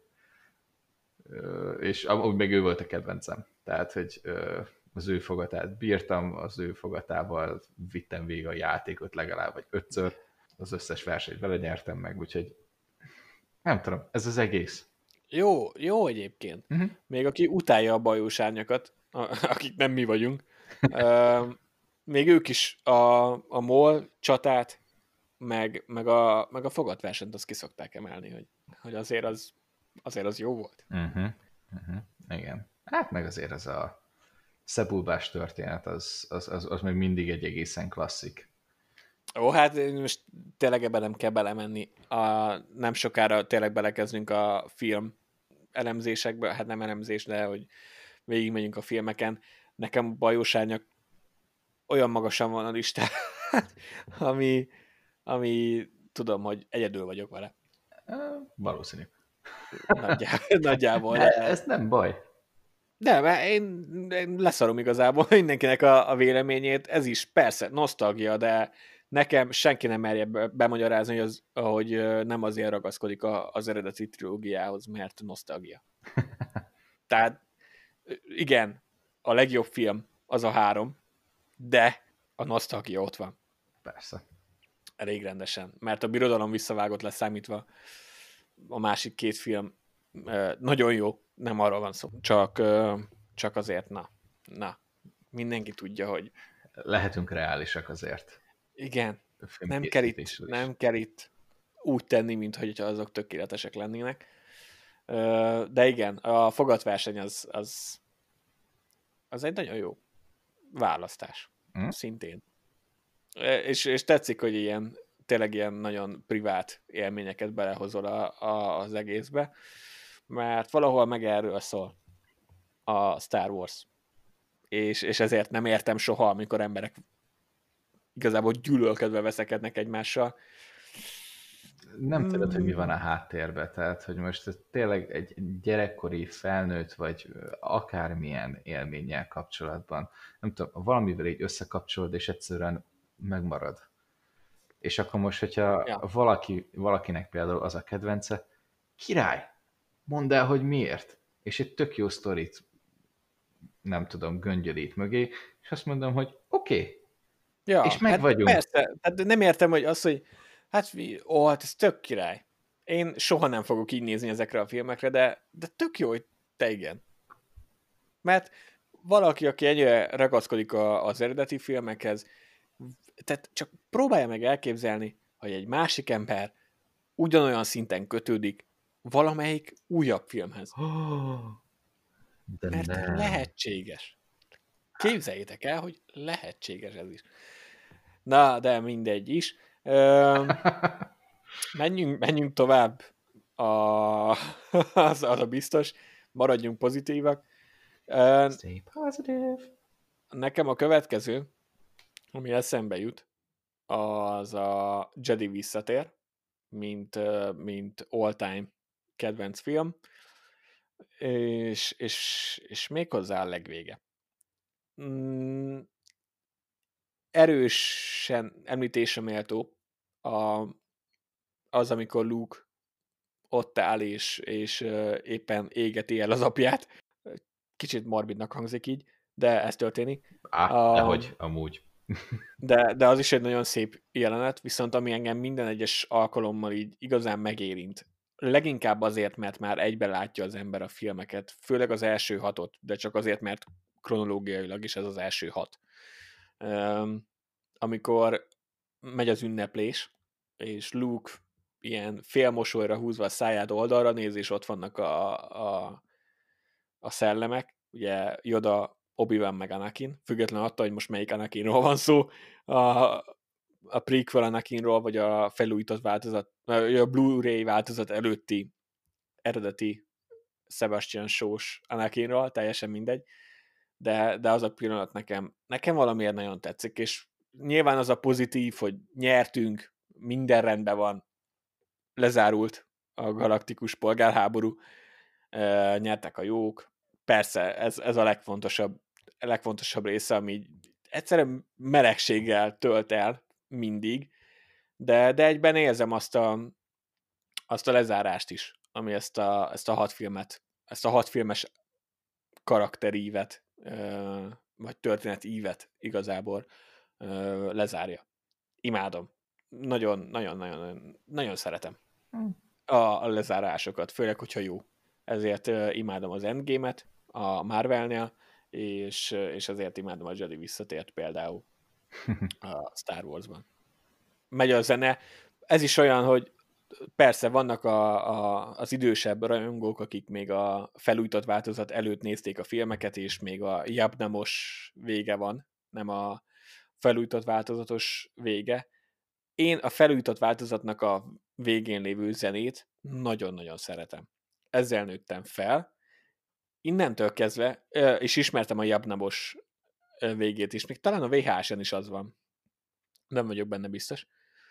És amúgy meg ő volt a kedvencem. Tehát, hogy az ő fogatát bírtam, az ő fogatával vittem végig a játékot legalább vagy 5-ször, az összes versenyt vele nyertem meg, úgyhogy nem tudom, ez az egész. Jó egyébként. Még aki utálja a bajós árnyakat, akik nem mi vagyunk, még ők is a MOL csatát, meg a fogatversenyt azt kiszokták emelni, hogy azért az jó volt. Igen. Hát meg azért ez a szebulbás történet, az még mindig egy egészen klasszik. Ó, hát most tényleg ebben nem kell belemenni. Nem sokára tényleg belekezdünk a film elemzésekbe, hát nem elemzés, de hogy végigmegyünk a filmeken. Nekem bajós árnyak olyan magasan van a listán, ami tudom, hogy egyedül vagyok vele. Valószínű. Nagyjából. De ez nem baj. De, mert én leszarom igazából mindenkinek a véleményét. Ez is persze nosztalgia, de nekem senki nem merje bemagyarázni, hogy nem azért ragaszkodik az eredeti trilógiához, mert nosztalgia. Tehát igen, a legjobb film az a 3, de a nosztalgia ott van. Persze. Elég rendesen. Mert a Birodalom visszavágott leszámítva a másik 2 film nagyon jó, nem arról van szó. Csak azért, na. Mindenki tudja, hogy... Lehetünk reálisak azért. Igen, nem kell itt úgy tenni, mintha azok tökéletesek lennének. De igen, a fogatverseny az egy nagyon jó választás. Szintén. És tetszik, hogy tényleg ilyen nagyon privát élményeket belehozol az egészbe, mert valahol meg erről szól a Star Wars. És ezért nem értem soha, amikor emberek igazából gyűlölködve veszekednek egymássel. Nem tudod, hogy mi van a háttérben, tehát, hogy most ez tényleg egy gyerekkori felnőtt, vagy akármilyen élménnyel kapcsolatban, nem tudom, valamivel így összekapcsolod, és egyszerűen megmarad. És akkor most, hogyha valakinek például az a kedvence, király, mondd el, hogy miért. És egy tök jó sztorit, nem tudom, göngyölít mögé, és azt mondom, hogy oké. Ja, és meg vagyunk. Persze, hát nem értem, hogy az, hogy hát ez tök király. Én soha nem fogok így nézni ezekre a filmekre, de tök jó, hogy te igen. Mert valaki, aki ennyire ragaszkodik az eredeti filmekhez, tehát csak próbálja meg elképzelni, hogy egy másik ember ugyanolyan szinten kötődik valamelyik újabb filmhez. De mert nem. lehetséges. Képzeljétek el, hogy lehetséges ez is. Na, de mindegy is. Menjünk tovább. Az a biztos. Maradjunk pozitívak. Stay positive. Nekem a következő, ami eszembe jut, az a Jedi visszatér, mint all-time kedvenc film, és méghozzá a legvége. Erősen említésre méltó az, amikor Luke ott áll, és éppen égeti el az apját. Kicsit morbidnak hangzik így, de ez történik. Dehogy, amúgy. de az is egy nagyon szép jelenet, viszont ami engem minden egyes alkalommal így igazán megérint. Leginkább azért, mert már egybe látja az ember a filmeket, főleg az első hatot, de csak azért, mert kronológiailag is ez az első hat. Amikor megy az ünneplés, és Luke ilyen félmosolyra húzva a száját oldalra néz, és ott vannak a szellemek, ugye Yoda, Obi-Wan meg Anakin, függetlenül attól, hogy most melyik Anakinról van szó, a prequel Anakinról, vagy a felújított változat, a Blu-ray változat előtti eredeti Sebastian Shaw-s Anakinról, teljesen mindegy, de az a pillanat nekem valamiért nagyon tetszik, és nyilván az a pozitív, hogy nyertünk, minden rendben van, lezárult a galaktikus polgárháború, nyertek a jók, persze ez a legfontosabb része, ami egyszerűen melegséggel tölt el mindig, de egyben érzem azt a lezárást is, ami ezt a hat filmes karakterívet, vagy történetívet igazából lezárja. Imádom. Nagyon, nagyon, nagyon, nagyon, nagyon szeretem a lezárásokat, főleg, hogyha jó. Ezért imádom az Endgame-et a Marvelnél, és ezért imádom a Jedi visszatért például a Star Warsban. Megy a zene. Ez is olyan, hogy persze vannak az idősebb rajongók, akik még a felújított változat előtt nézték a filmeket, és még a Jabnamos vége van, nem a felújított változatos vége. Én a felújított változatnak a végén lévő zenét nagyon-nagyon szeretem. Ezzel nőttem fel. Innentől kezdve, és ismertem a Jabnamos végét is, még talán a VHS-en is az van. Nem vagyok benne biztos.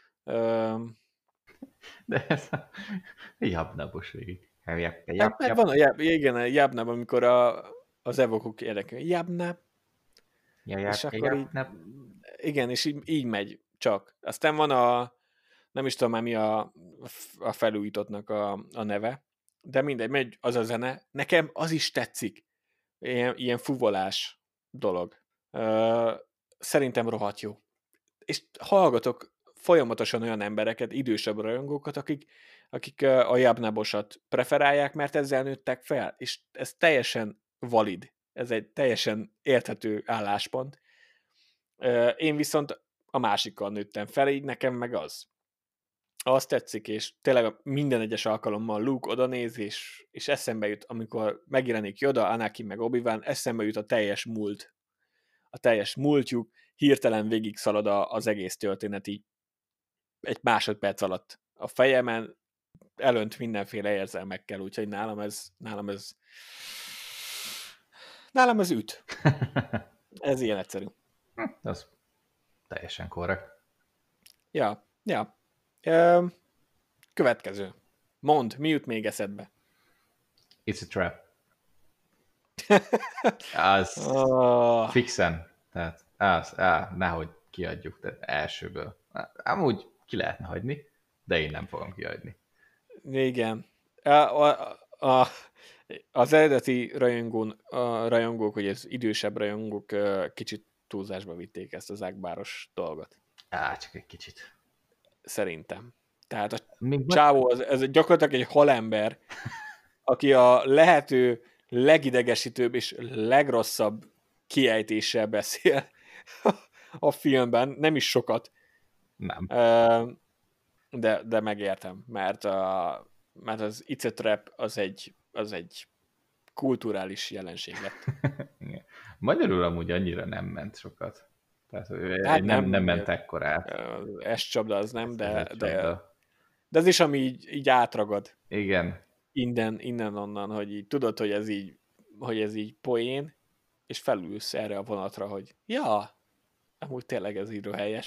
De ez a jabnabos végig. Hát meg van igen, a Jabnab, amikor az evokok érdekel. Jabnab, és akkor így, igen, és így megy csak. Aztán van nem is tudom már mi a felújítottnak a neve, de mindegy, megy az a zene. Nekem az is tetszik. Ilyen fuvolás dolog. Szerintem rohadt jó. És hallgatok folyamatosan olyan embereket, idősebb rajongókat, akik a Jabnabosat preferálják, mert ezzel nőttek fel, és ez teljesen valid. Ez egy teljesen érthető álláspont. Én viszont a másikkal nőttem fel, így nekem meg az. Azt tetszik, és tényleg minden egyes alkalommal Luke odanéz, és eszembe jut, amikor megjelenik Yoda, Anakin meg Obi-Wan, eszembe jut a teljes múlt. A teljes múltjuk, hirtelen végig szalad az egész történet így egy másodperc alatt a fejemen, elönt mindenféle érzelmekkel, úgyhogy nálam ez üt. Ez ilyen egyszerű. Az teljesen korrekt. Ja. Következő. Mondd, mi jut még eszedbe? It's a trap. Az fixen. Tehát nehogy kiadjuk, tehát elsőből. Amúgy ki lehetne hagyni, de én nem fogom kiadni. Igen. Az eredeti rajongók, hogy az idősebb rajongók kicsit túlzásba vitték ezt az ágbáros dolgot. Csak egy kicsit. Szerintem. Tehát a csávó, ez gyakorlatilag egy halember, aki a lehető legidegesítőbb és legrosszabb kiejtéssel beszél a filmben. Nem is sokat. Nem. De megértem, mert az It's a Trap az egy kulturális jelenség lett. Magyarul amúgy annyira nem ment sokat. Tehát Hát nem ment ekkorát. Ez csapda az nem, de ez is, ami így átragad. Igen. Innen-onnan, hogy így tudod, hogy ez így poén, és felülsz erre a vonatra, hogy ja, amúgy tényleg ez író helyes.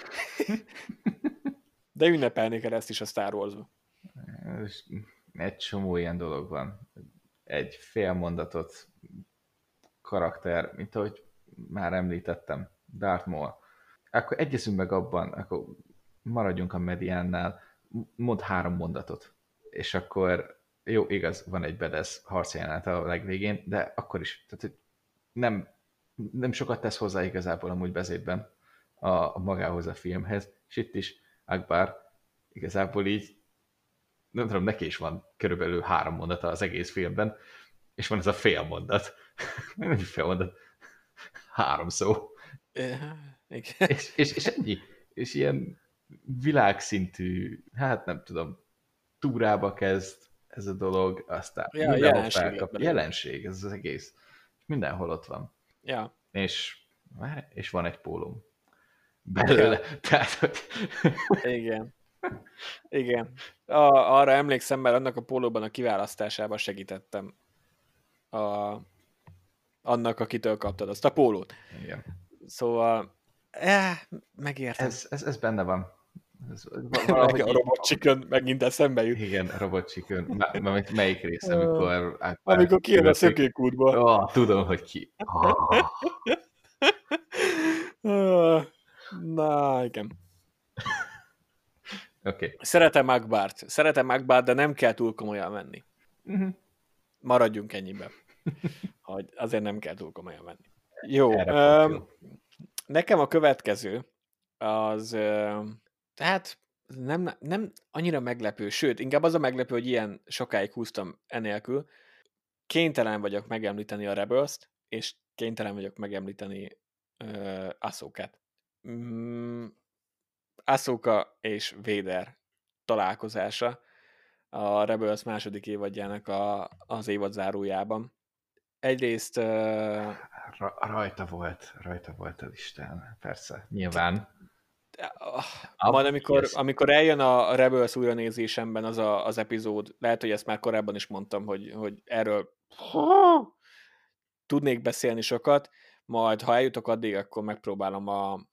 De ünnepelni kell ezt is a Star Wars-ba. Egy csomó ilyen dolog van. Egy fél mondatot karakter, mint ahogy már említettem, Darth Maul. Akkor egyezünk meg abban, akkor maradjunk a mediánnál, mond 3 mondatot. És akkor jó, igaz, van egy badass harcjelenet a legvégén, de akkor is, tehát nem sokat tesz hozzá igazából amúgy beszédben. a magához a filmhez, és itt is Akbar igazából így, nem tudom, neki is van körülbelül 3 mondata az egész filmben, és van ez a fél mondat. Nem egy fél mondat, 3 szó. Igen. És ennyi. És ilyen világszintű, hát nem tudom, túrába kezd ez a dolog, aztán Ja, mindenhol jelenség lett felkap. belőle. Jelenség, ez az egész. És mindenhol ott van. Ja. És van egy pólóm Ja. belőle. Tehát, hogy... Igen. Igen. Arra emlékszem, mert annak a pólóban a kiválasztásában segítettem annak, akitől kaptad azt a pólót. Igen. Szóval megértem. Ez benne van. Ez Meg a Robot Chicken megint eszembe jut. Igen, Robot Chicken. Melyik rész, amikor... Amikor kijön a szökőkútból. Tudom, hogy ki. Na, igen. Oké. Szeretem Akbart, de nem kell túl komolyan venni. Maradjunk ennyiben. Hogy azért nem kell túl komolyan venni. Jó. Jó. Nekem a következő az tehát nem annyira meglepő, sőt, inkább az a meglepő, hogy ilyen sokáig húztam enélkül. Kénytelen vagyok megemlíteni a Rebels-t, és kénytelen vagyok megemlíteni Ahsokát. Ahsoka és Vader találkozása a Rebels második évadjának az évad zárójában. Egyrészt... Rajta volt a listán, persze, nyilván. Majd amikor eljön a Rebels újranézésemben az epizód, lehet, hogy ezt már korábban is mondtam, hogy erről tudnék beszélni sokat, majd ha eljutok addig, akkor megpróbálom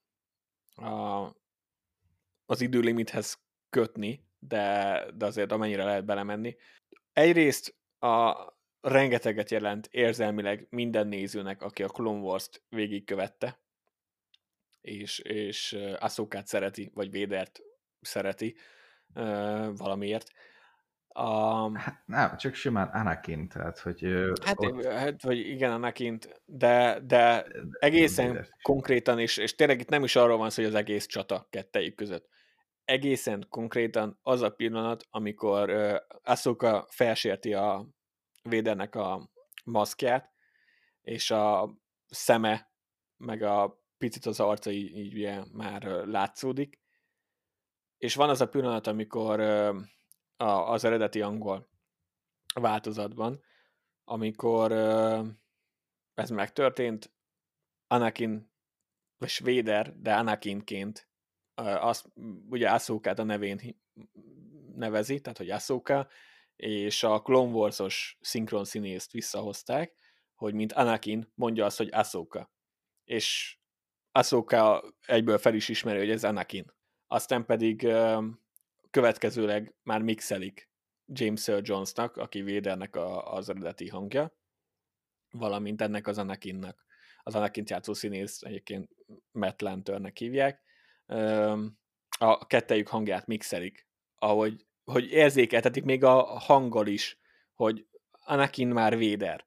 az időlimithez kötni, de azért amennyire lehet belemenni. Egyrészt rengeteget jelent érzelmileg minden nézőnek, aki a Clone Wars-t végigkövette, és Ahsokát szereti, vagy Vadert szereti valamiért. Hát nem, csak simán Anakin, tehát, hogy... Hát, vagy igen, Anakint, de egészen konkrétan, és tényleg itt nem is arról van szó, hogy az egész csata kettejük között. Egészen konkrétan az a pillanat, amikor Ahsoka felsérti a Vadernek a maszkját, és a szeme, meg a picit az arca így ugye már látszódik, és van az a pillanat, amikor az eredeti angol változatban, amikor ez megtörtént, Anakin, vagy Vader, de Anakinként ugye Ahsokát a nevén nevezi, tehát hogy Ahsoka, és a Clone Wars-os szinkron színészt visszahozták, hogy mint Anakin mondja azt, hogy Ahsoka. És Ahsoka egyből fel is ismeri, hogy ez Anakin. Aztán pedig következőleg már mixelik James Earl Jonesnak, aki Vadernek az eredeti hangja, valamint ennek az Anakinnak. Az Anakint játszó színész egyébként Matt Lanternek hívják. A kettejük hangját mixelik, hogy érzékeltetik még a hanggal is, hogy Anakin már Vader.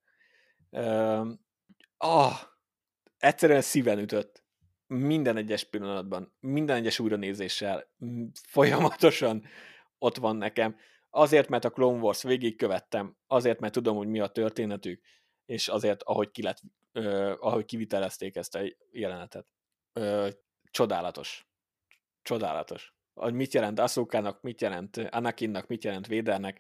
Egyszerűen szíven ütött. Minden egyes pillanatban, minden egyes újranézéssel folyamatosan ott van nekem. Azért, mert a Clone Wars végigkövettem, azért, mert tudom, hogy mi a történetük, és azért, ahogy kivitelezték ezt a jelenetet. Csodálatos. Csodálatos. Hogy mit jelent Ahsokának, mit jelent Anakinnak, mit jelent Vadernek.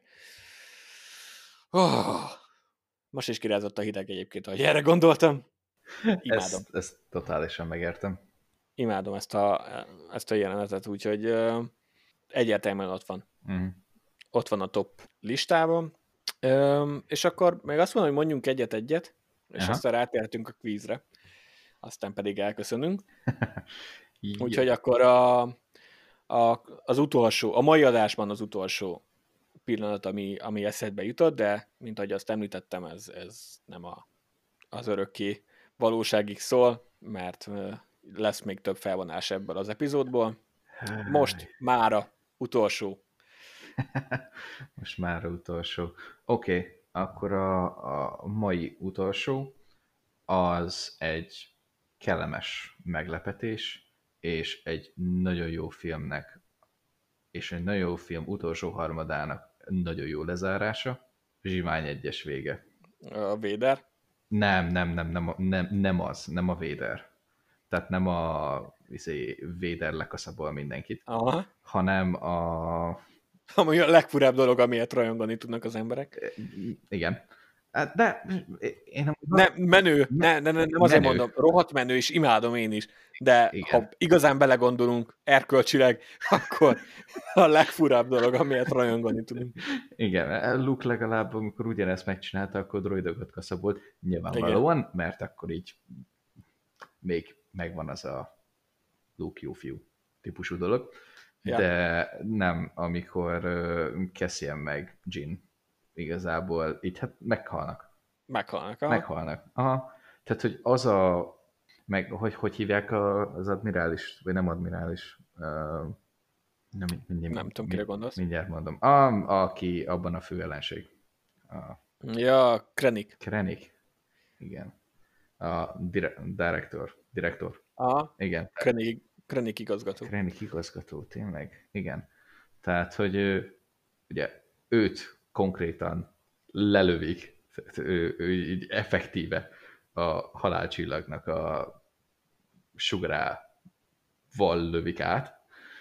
Most is kirázott a hideg egyébként, hogy erre gondoltam. Imádom. Ezt totálisan megértem. Imádom ezt a jelenetet, úgyhogy egyértelműen ott van. Ott van a top listában. És akkor még azt mondom, hogy mondjunk egyet-egyet, és aztán rátérhetünk a kvízre. Aztán pedig elköszönünk. Úgyhogy akkor az utolsó, a mai adásban az utolsó pillanat, ami eszedbe jutott, de mint ahogy azt említettem, ez nem az örökké valóságig szól, mert lesz még több felvonás ebből az epizódból. Most mára utolsó. Most mára utolsó. Oké, akkor a mai utolsó az egy kellemes meglepetés, és egy nagyon jó filmnek, és egy nagyon jó film utolsó harmadának nagyon jó lezárása, Zsivány egyes vége. A Vader. Nem az, nem a Vader. Tehát nem a Vader lekaszabol mindenkit, Aha. hanem a... Ami a legfurább dolog, amiért rajongani tudnak az emberek. Igen. Hát, de én Menő, nem azért mondom, rohadt menő, és imádom én is, de igen. Ha igazán belegondolunk erkölcsileg, akkor a legfurább dolog, amiért rajongani tudunk. Igen, Luke legalább, amikor ugyanezt megcsinálta, akkor droidokat kaszabolt, nyilvánvalóan, igen. Mert akkor így még megvan az a Luke jó fiú típusú dolog, ja. De nem, amikor Cassian meg Jyn igazából így hát meghalnak. Meghalnak. Aha. Tehát, hogy az a, meg hogy hívják az admirális, vagy nem admirális, nem tudom, kire gondolsz. Mindjárt mondom. Aki abban a fő ellenség. Ja, Krennic. Igen. A direktor. Igen. Krennic igazgató. Krennic igazgató, tényleg. Igen. Tehát, hogy ugye őt konkrétan lelövik, ő így effektíve a halálcsillagnak a sugarával lövik át,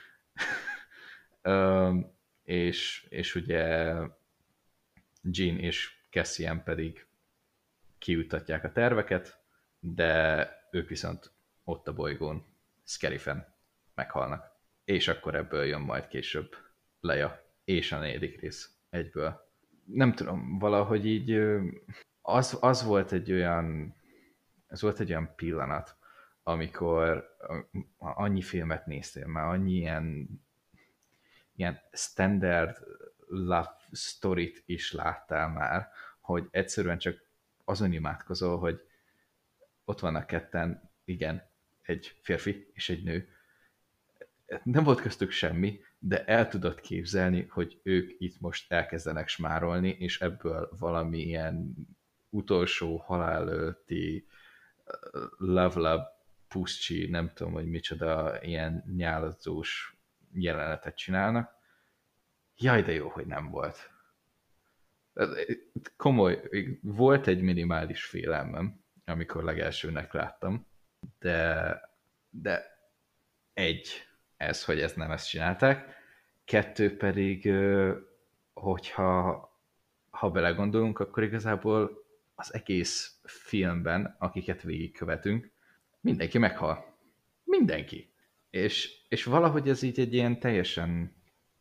és ugye Jyn és Cassian pedig kiutatják a terveket, de ők viszont ott a bolygón Scarifan meghalnak. És akkor ebből jön majd később Leia és a 4. rész egyből. Nem tudom, valahogy így az volt egy olyan pillanat, amikor annyi filmet néztél, már annyi ilyen standard love storyt is láttál már, hogy egyszerűen csak azon imádkozol, hogy ott vannak ketten, igen, egy férfi és egy nő. Nem volt köztük semmi, de el tudod képzelni, hogy ők itt most elkezdenek smárolni, és ebből valami ilyen utolsó halál előtti love puszcsi, nem tudom, hogy micsoda ilyen nyálazós jelenetet csinálnak. Jaj, de jó, hogy nem volt. Komoly, volt egy minimális félelmem, amikor legelsőnek láttam, de egy, ez, hogy ezt nem ezt csinálták, 2 pedig, hogyha belegondolunk, akkor igazából az egész filmben, akiket végigkövetünk, mindenki meghal. Mindenki. És valahogy ez így egy ilyen teljesen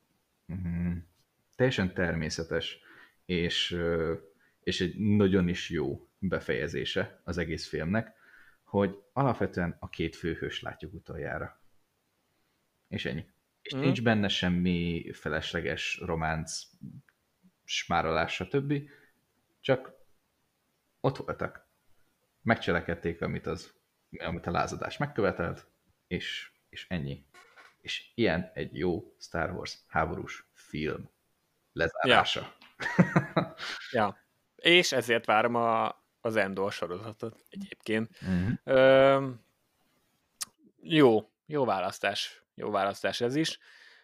természetes, és egy nagyon is jó befejezése az egész filmnek, hogy alapvetően a 2 főhős látjuk utoljára. És ennyi. És nincs benne semmi felesleges románc, smárolás, stb. Csak ott voltak. Megcselekedték, amit a lázadás megkövetelt, és ennyi. És ilyen egy jó Star Wars háborús film lezárása. Ja. És ezért várom az Endor sorozatot egyébként. Jó választás ez is.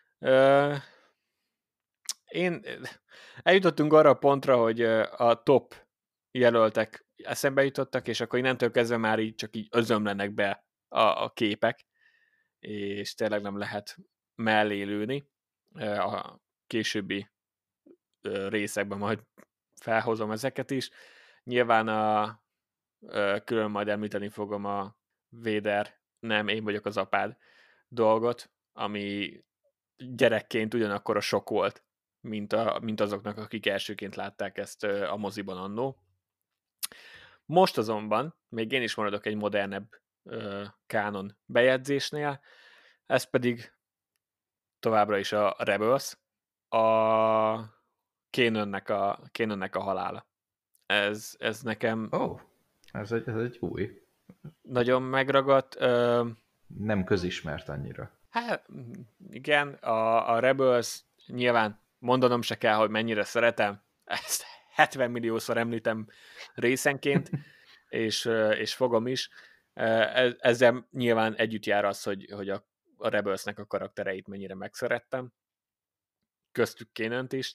Eljutottunk arra a pontra, hogy a top jelöltek eszembe jutottak, és akkor innentől kezdve már így csak így özömlenek be a képek, és tényleg nem lehet mellé lőni. A későbbi részekben majd felhozom ezeket is. Nyilván külön majd említeni fogom a Vader, nem, én vagyok az apád dolgot, ami gyerekként ugyanakkor a sok volt, mint azoknak, akik elsőként látták ezt a moziban annó. Most azonban még én is maradok egy modernebb kánon bejegyzésnél, ez pedig továbbra is a Rebels, a Kanonnek a halála. Ez nekem... Ez egy új. Nagyon megragadt. Nem közismert annyira. Hát igen, a Rebels nyilván mondanom se kell, hogy mennyire szeretem. Ezt 70 milliószor említem részenként, és fogom is. Ezzel nyilván együtt jár az, hogy a a Rebelsnek a karaktereit mennyire megszerettem, köztük Kanant is.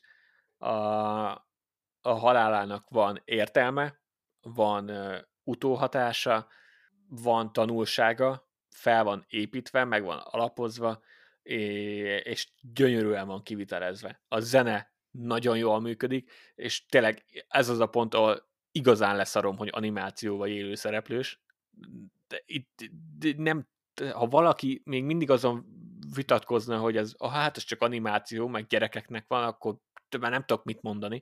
A halálának van értelme, van utóhatása, van tanulsága, fel van építve, meg van alapozva, és gyönyörűen van kivitelezve. A zene nagyon jól működik, és tényleg ez az a pont, ahol igazán leszarom, hogy animáció vagy élő szereplős. De itt nem, ha valaki még mindig azon vitatkozna, hogy ez csak animáció, meg gyerekeknek van, akkor már nem tudok mit mondani.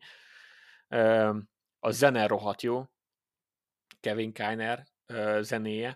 A zene rohadt jó, Kevin Kiner zenéje,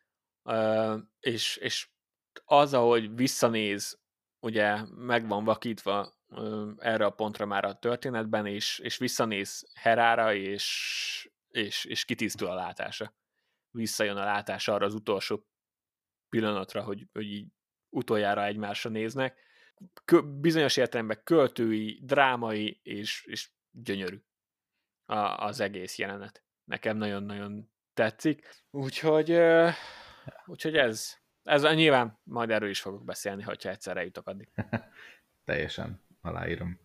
és az, ahogy visszanéz, ugye meg van vakítva erre a pontra már a történetben, és visszanéz Herára, és kitisztul a látása. Visszajön a látása arra az utolsó pillanatra, hogy így utoljára egymásra néznek. Bizonyos értelemben költői, drámai, és gyönyörű az egész jelenet. Nekem nagyon-nagyon tetszik. Úgyhogy ez nyilván majd erről is fogok beszélni, hogyha egyszer eljutok addig. Teljesen aláírom.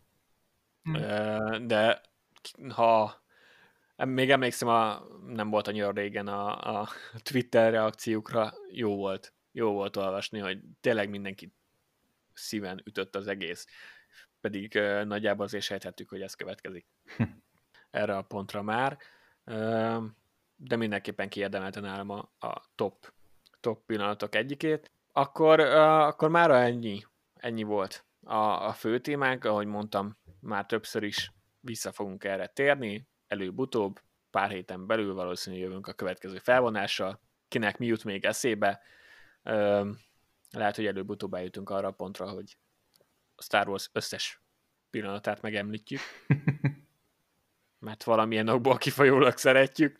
De ha még emlékszem, nem volt annyira régen a Twitter reakciókra, jó volt olvasni, hogy tényleg mindenki szíven ütött az egész. Pedig nagyjából azért sejthettük, hogy ez következik. Erre a pontra már. De mindenképpen kiérdemelte nálam a top pillanatok egyikét. Akkor mára ennyi volt a fő témánk, ahogy mondtam, már többször is vissza fogunk erre térni, előbb-utóbb, pár héten belül valószínűleg jövünk a következő felvonással, kinek mi jut még eszébe, lehet, hogy előbb-utóbb eljutunk arra a pontra, hogy a Star Wars összes pillanatát megemlítjük, mert valamilyen okból kifolyólag szeretjük.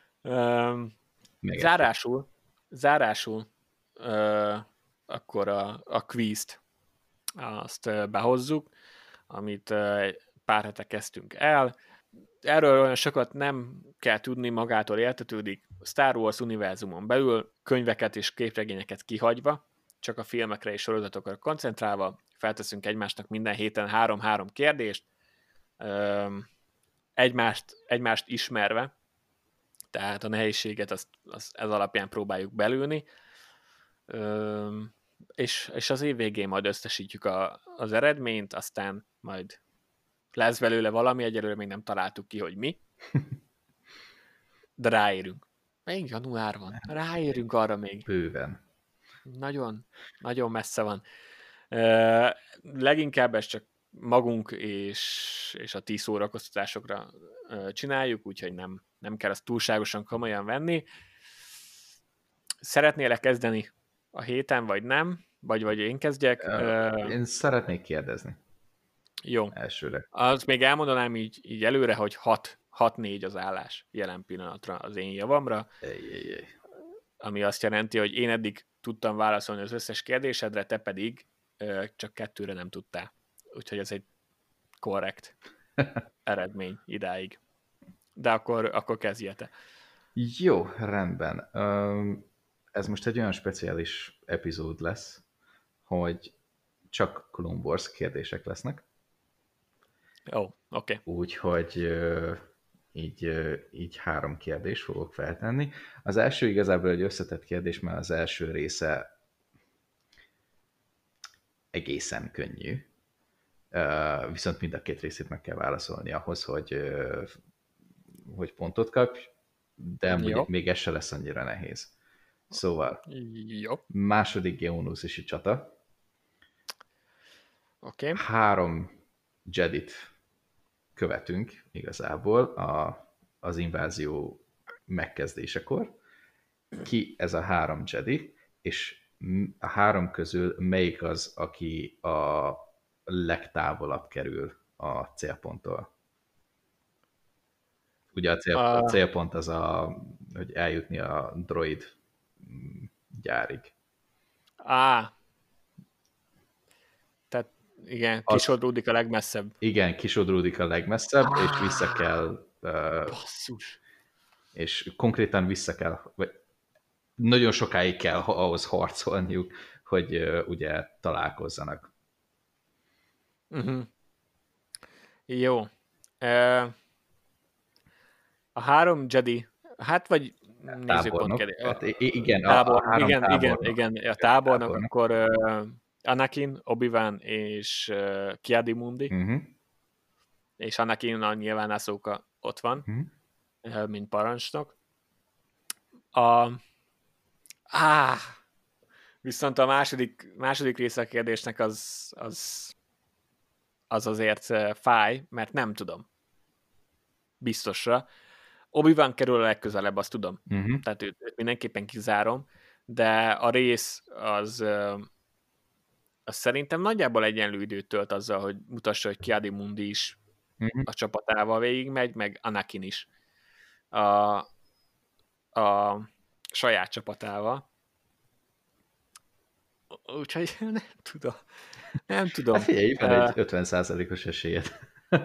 Zárásul akkor a quizt azt behozzuk, amit pár hete kezdtünk el. Erről olyan sokat nem kell tudni, magától értetődik. Star Wars univerzumon belül könyveket és képregényeket kihagyva, csak a filmekre és sorozatokra koncentrálva, felteszünk egymásnak minden héten 3-3 kérdést, egymást ismerve, tehát a nehézséget ez alapján próbáljuk belülni, és az év végén majd összesítjük az eredményt, aztán majd lesz belőle valami, egyelőre még nem találtuk ki, hogy mi, de ráérünk. Még január van, ráérünk arra még. Bőven. Nagyon, nagyon messze van. Leginkább ezt csak magunk és a 10 szórakoztatásokra csináljuk, úgyhogy nem kell azt túlságosan komolyan venni. Szeretnél-e kezdeni a héten, vagy nem? Vagy én kezdjek? Én szeretnék kérdezni. Jó. Elsőre. Azt még elmondanám így előre, hogy 6-4 az állás jelen pillanatra az én javamra. Ami azt jelenti, hogy én eddig tudtam válaszolni az összes kérdésedre, te pedig csak 2-re nem tudtál. Úgyhogy ez egy korrekt eredmény idáig. De akkor kezdjél te. Jó, rendben. Ez most egy olyan speciális epizód lesz, hogy csak Clone Wars kérdések lesznek. Ó, oké. Úgyhogy így 3 kérdést fogok feltenni. Az első igazából egy összetett kérdés, mert az első része egészen könnyű. Viszont mind a 2 részét meg kell válaszolni ahhoz, hogy pontot kapj, de még ez se lesz annyira nehéz. Szóval, jó. Második geonózisi csata. Oké. 3 Jedit követünk igazából az invázió megkezdésekor. Ki ez a 3 Jedi, és a 3 közül melyik az, aki a legtávolabb kerül a célponttól? Ugye a célpont az hogy eljutni a droid gyárig. Tehát igen, kisodródik a legmesszebb. Igen, kisodródik a legmesszebb, és vissza kell... Basszus! És konkrétan vissza kell... Vagy nagyon sokáig kell ahhoz harcolniuk, hogy ugye találkozzanak. Uh-huh. Jó. Uh, a 3 Jedi, hát vagy nézőpont Tábornok. kérdés. Hát igen, a Tábornok, 3 tábornok. igen, a tábornok, akkor Anakin, Obi-Wan és Ki-Adi-Mundi, Uh-huh. és Anakinnal nyilván Ahsoka ott van, mint parancsnok. Ah, viszont a második része a kérdésnek az azért fáj, mert nem tudom. Biztosra. Obi-Wan kerül a legközelebb, azt tudom. Uh-huh. Tehát őt mindenképpen kizárom, de a rész az szerintem nagyjából egyenlő időt tölt azzal, hogy mutassa, hogy Ki-Adi-Mundi is a csapatával végigmegy, meg Anakin is a saját csapatával. Úgyhogy nem tudom. Hát figyelj, van egy 50%-os esélyed.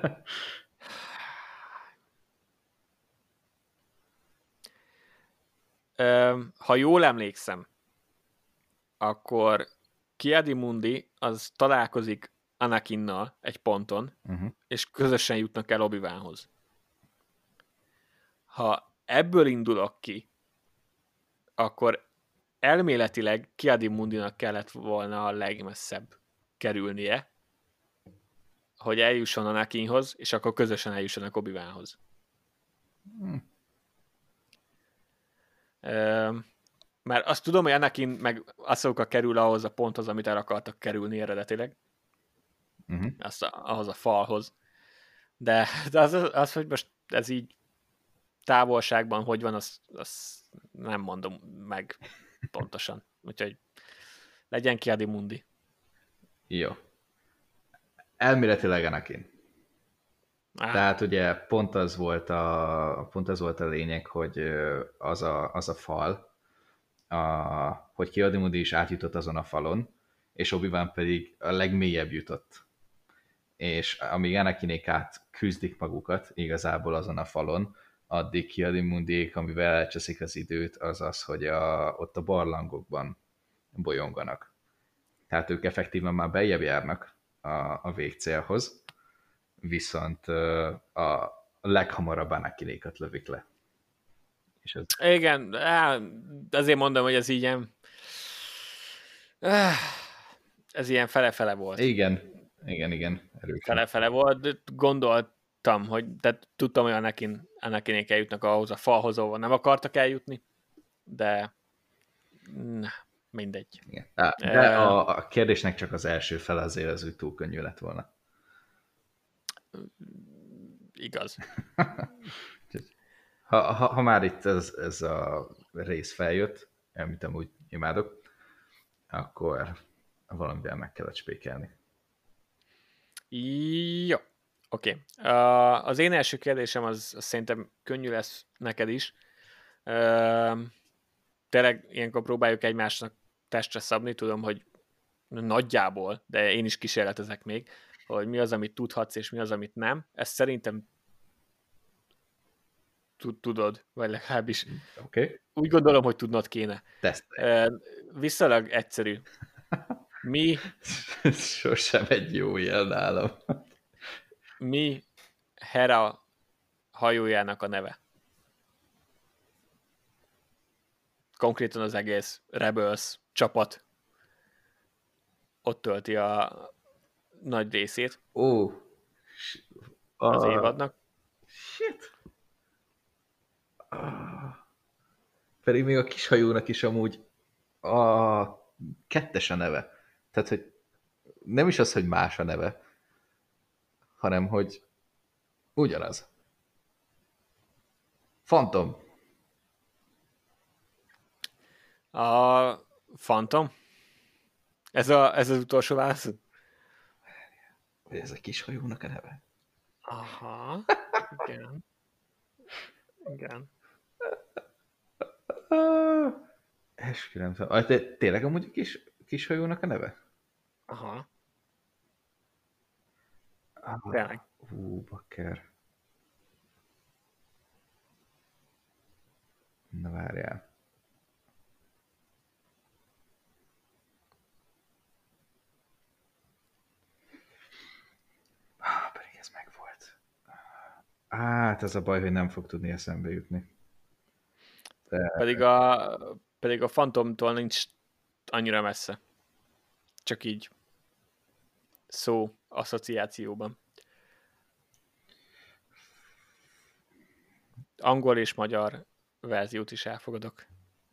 Ha jól emlékszem, akkor Ki-Adi-Mundi az találkozik Anakinnal egy ponton, és közösen jutnak el Obi-Wanhoz. Ha ebből indulok ki, akkor elméletileg Ki-Adi-Mundinak kellett volna a legmesszebb kerülnie, hogy eljusson Anakinhoz, és akkor közösen eljussanak Obi-Wanhoz. Mert azt tudom, hogy Anakin meg Ahsoka kerül ahhoz a ponthoz, amit el akartak kerülni eredetileg. Ahhoz a falhoz. De az, hogy most ez így távolságban hogy van, azt nem mondom meg pontosan. Úgyhogy legyen Ki-Adi-Mundi. Jó. Elméletileg Anakin. Tehát ugye pont az volt a lényeg, hogy az a fal, hogy Ki-Adi-Mundi is átjutott azon a falon, és Obi-Wan pedig a legmélyebb jutott. És amíg Anakinék küzdik magukat igazából azon a falon, addig Ki-Adi-Mundiék, amivel elcseszik az időt, az az, hogy ott a barlangokban bolyonganak. Tehát ők effektíven már beljebb járnak a végcélhoz, viszont a leghamarabb Anakinékat lövik le. És ez... Igen, azért mondom, hogy ez ilyen ez ilyen fele-fele volt. Igen, erősen. Fele-fele volt, de gondoltam, hogy tehát tudtam, hogy Anakinék eljutnak ahhoz a falhoz, ahol nem akartak eljutni, de mindegy. Igen. De a kérdésnek csak az első fele, azért az úgy túl könnyű lett volna. Igaz. Ha már itt ez a rész feljött, amit amúgy imádok, akkor valamivel meg kellett spékelni. Jó. Oké. Az én első kérdésem az szerintem könnyű lesz neked is. Tényleg ilyenkor próbáljuk egymásnak testre szabni, tudom, hogy nagyjából, de én is kísérletezek még, hogy mi az, amit tudhatsz, és mi az, amit nem. Ezt szerintem tudod, vagy legalábbis úgy gondolom, hogy tudnod kéne. Viszonylag egyszerű. Mi... Sosem egy jó jel nálam. Mi Hera hajójának a neve? Konkrétan az egész Rebels csapat ott tölti a nagy részét az évadnak. Shit. Pedig még a kis hajónak is amúgy kettes a neve. Tehát, hogy nem is az, hogy más a neve, hanem, hogy ugyanaz. Phantom. A Phantom? Ez az utolsó válasz? Ez a kis hajónak a neve. Aha. Igen. Igen. Esküvőm. Tényleg amúgy a kis hajónak a neve? Aha. Tényleg. Bakker. Na várjál. Hát ez a baj, hogy nem fog tudni eszembe jutni. De... Pedig a Phantomtól nincs annyira messze. Csak így szó asszociációban. Angol és magyar verziót is elfogadok.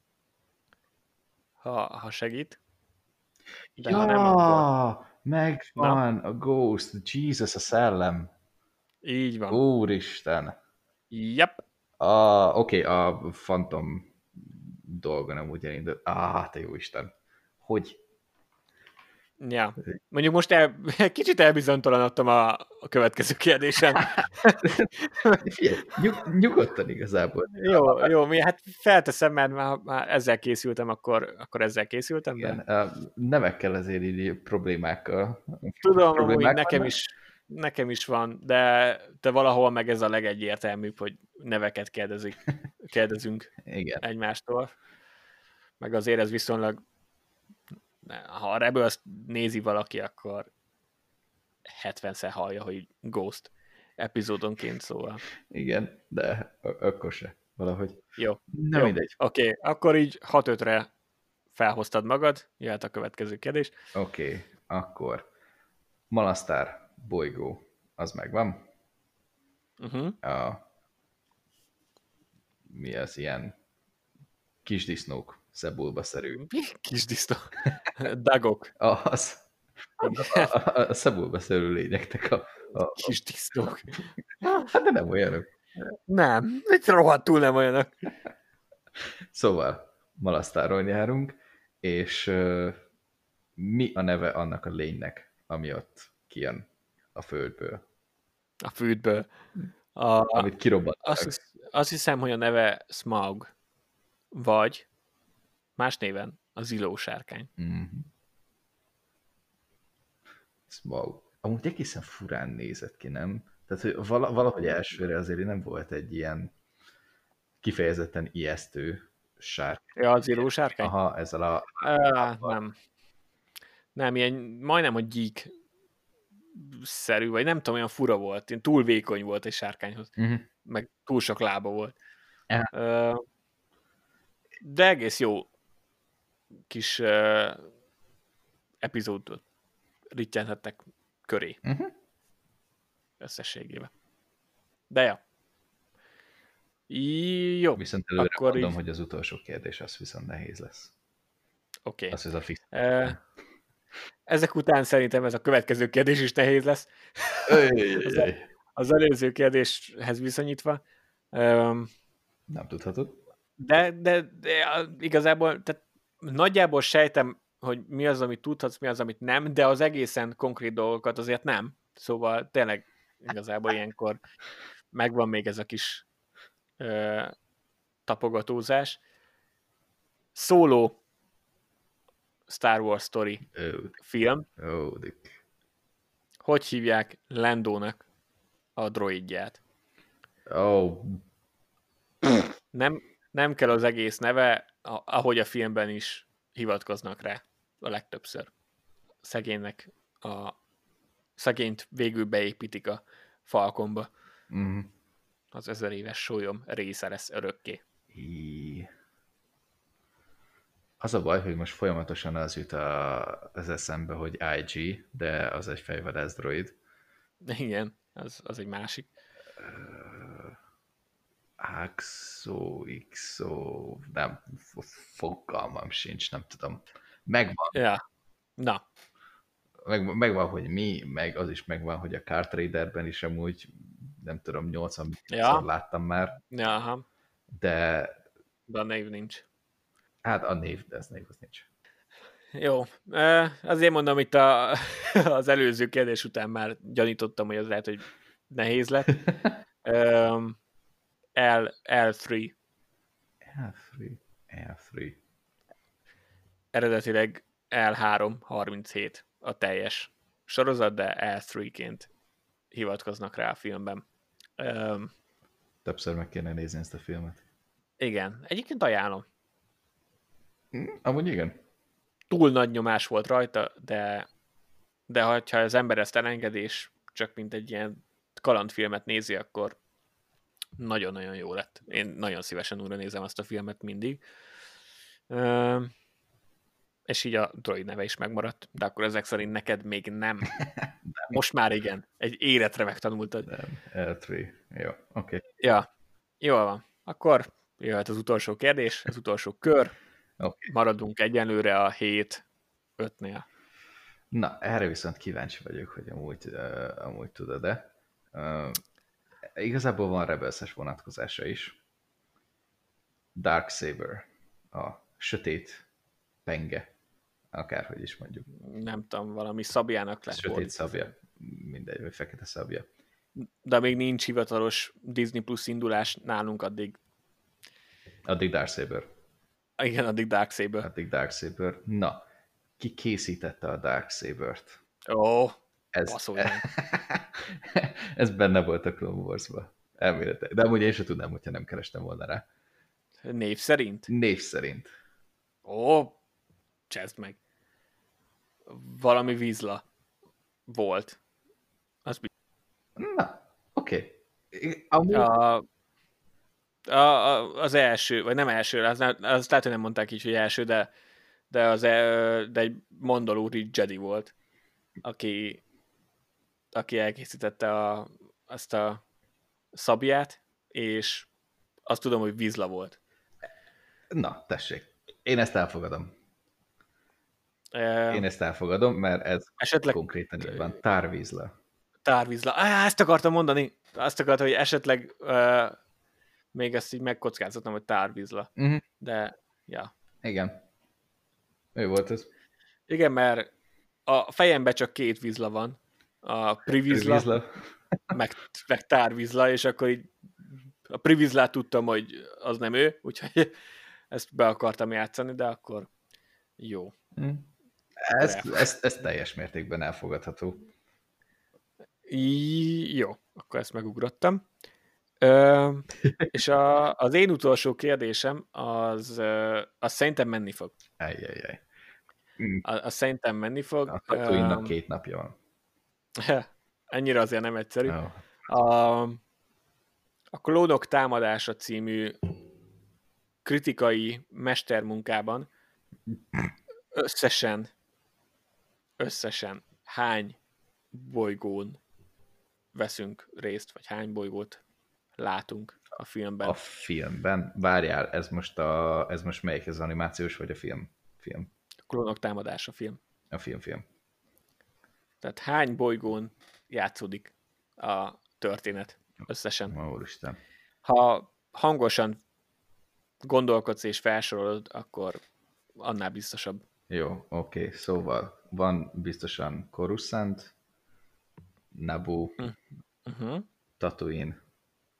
Ha segít. De ha nem, akkor... megvan a Ghost, Jesus a szellem. Így van. Úristen. Yep. Oké, a Phantom dolga nem úgy elindult. Te jó Isten. Hogy? Ja. Mondjuk most kicsit elbizonytalanodtam a következő kérdésen. Figyelj, nyugodtan igazából. Jó, hát felteszem, mert már ezzel készültem, akkor ezzel készültem. Igen, de... nevekkel azért így problémákkal. Tudom, hogy nekem is van, de valahol meg ez a legegyértelműbb, hogy neveket kérdezünk Igen. egymástól. Meg azért ez viszonylag, ha a Rebels nézi valaki, akkor 70-szer hallja, hogy Ghost epizódonként, szóval. Igen, de akkor se. Valahogy. Jó. Nem mindegy. Oké, akkor így 6-5-re felhoztad magad, jöhet a következő kérdés. Oké, akkor Malasztár bolygó, az megvan. Mi az ilyen kisdisznók, szebulba-szerű. Kisdisznó. Dagok. Az. A szebulba-szerű lényeknek a kisdisznók. Hát de nem olyanok. Nem, egy rohadtul nem olyanok. Szóval Malasztáron járunk, és mi a neve annak a lénynek, ami ott kijön a földből? A földből. Amit kirobbantanak. Azt hiszem, hogy a neve Smaug. Vagy más néven a zilósárkány. Mm-hmm. Smaug. Amúgy egészen furán nézett ki, nem? Tehát, hogy valahogy elsőre azért nem volt egy ilyen kifejezetten ijesztő sárkány. Ja, az zilósárkány? Aha, ezzel a... Nem, ilyen majdnem, hogy gyík szerű, vagy nem tudom, olyan fura volt. Én túl vékony volt egy sárkányhoz. Meg túl sok lába volt. De egész jó kis epizódot rittyenhettek köré. Összességében. De ja. Jó. Viszont előre mondom, hogy az utolsó kérdés az viszont nehéz lesz. Oké. Az a fix. Ezek után szerintem ez a következő kérdés is nehéz lesz. Az előző kérdéshez viszonyítva. Nem tudhatod. De igazából tehát nagyjából sejtem, hogy mi az, amit tudhatsz, mi az, amit nem, de az egészen konkrét dolgokat azért nem. Szóval tényleg igazából ilyenkor megvan még ez a kis tapogatózás. Solo Star Wars Story film. Hogy hívják Landónak a droidját? Nem kell az egész neve, ahogy a filmben is hivatkoznak rá a legtöbbször. Szegényt végül beépítik a Falconba. Az 1000 éves sólyom része lesz örökké. Az a baj, hogy most folyamatosan az jut az eszembe, hogy IG, de az egy fejvadász droid. Igen, az egy másik. XO, nem, fogalmam sincs, nem tudom. Megvan. Ja, na. Megvan, hogy mi, meg az is megvan, hogy a Car Traderben is amúgy, nem tudom, 80-szor láttam már. Ja, de a név nincs. Hát a név, de ez név az nincs. Jó. Azért mondom, itt az előző kérdés után már gyanítottam, hogy az lehet, hogy nehéz lett. L3. L3. Eredetileg L3-37 a teljes sorozat, de L3-ként hivatkoznak rá a filmben. Többször meg kéne nézni ezt a filmet. Igen. Egyébként ajánlom. Amúgy igen. Túl nagy nyomás volt rajta, de ha az ember ezt elenged, és csak mint egy ilyen kalandfilmet nézi, akkor nagyon-nagyon jó lett. Én nagyon szívesen újra nézem azt a filmet mindig. És így a droid neve is megmaradt, de akkor ezek szerint neked még nem. Most már igen. Egy életre megtanultad. Nem, L3. Jó, oké. Ja, jól van. Akkor jöhet az utolsó kérdés, az utolsó kör. Okay. Maradunk egyenlőre a 7-5-nél. Na, erre viszont kíváncsi vagyok, hogy amúgy tudod-e. Igazából van Rebelses vonatkozása is. Darksaber, a sötét penge, akárhogy is mondjuk. Nem tudom, valami szabjának lett. Sötét szabja, mindegy, vagy fekete szabja. De még nincs hivatalos Disney Plus indulás nálunk addig. Addig Darksaber. Igen, addig Darksaber. Addig Darksaber. Na, ki készítette a Darksabert? Ó, ez benne volt a Clone Wars-ba. Elméletileg. De amúgy én sem tudnám, hogyha nem kerestem volna rá. Név szerint? Név szerint. Ó, cseszd meg. Valami vízla volt. Az Na, oké. Az első, vagy nem első, az lehet, hogy nem mondták így, hogy első, de egy Mandalorian Jedi volt, aki elkészítette azt a szabját, és azt tudom, hogy vízla volt. Na, tessék. Én ezt elfogadom. Én ezt elfogadom, mert ez esetleg konkrétan így van. Tárvízla. Tárvízla. Ezt akartam mondani. Azt akartam, hogy esetleg még ezt így megkockáztatom, hogy tárvízla. De, ja. Igen. Ő volt ez. Igen, mert a fejemben csak 2 vízla van. A privízla, meg tárvízla, és akkor így a privízlát tudtam, hogy az nem ő, úgyhogy ezt be akartam játszani, de akkor jó. Ez teljes mértékben elfogadható. Jó, akkor ezt megugrottam. És az én utolsó kérdésem az szerintem menni fog. Ajjajjaj. Az szerintem menni fog. A Tatooine-nak 2 napja van. Ennyire azért nem egyszerű. A Klónok támadása című kritikai mestermunkában összesen hány bolygón veszünk részt, vagy hány bolygót látunk a filmben? A filmben? Várjál, ez most melyik? Ez az animációs, vagy a film? A Klónok támadása film. A film. Tehát hány bolygón játszódik a történet összesen? Úristen. Ha hangosan gondolkodsz és felsorolod, akkor annál biztosabb. Jó, oké. Szóval van biztosan Coruscant, Naboo, Tatooine,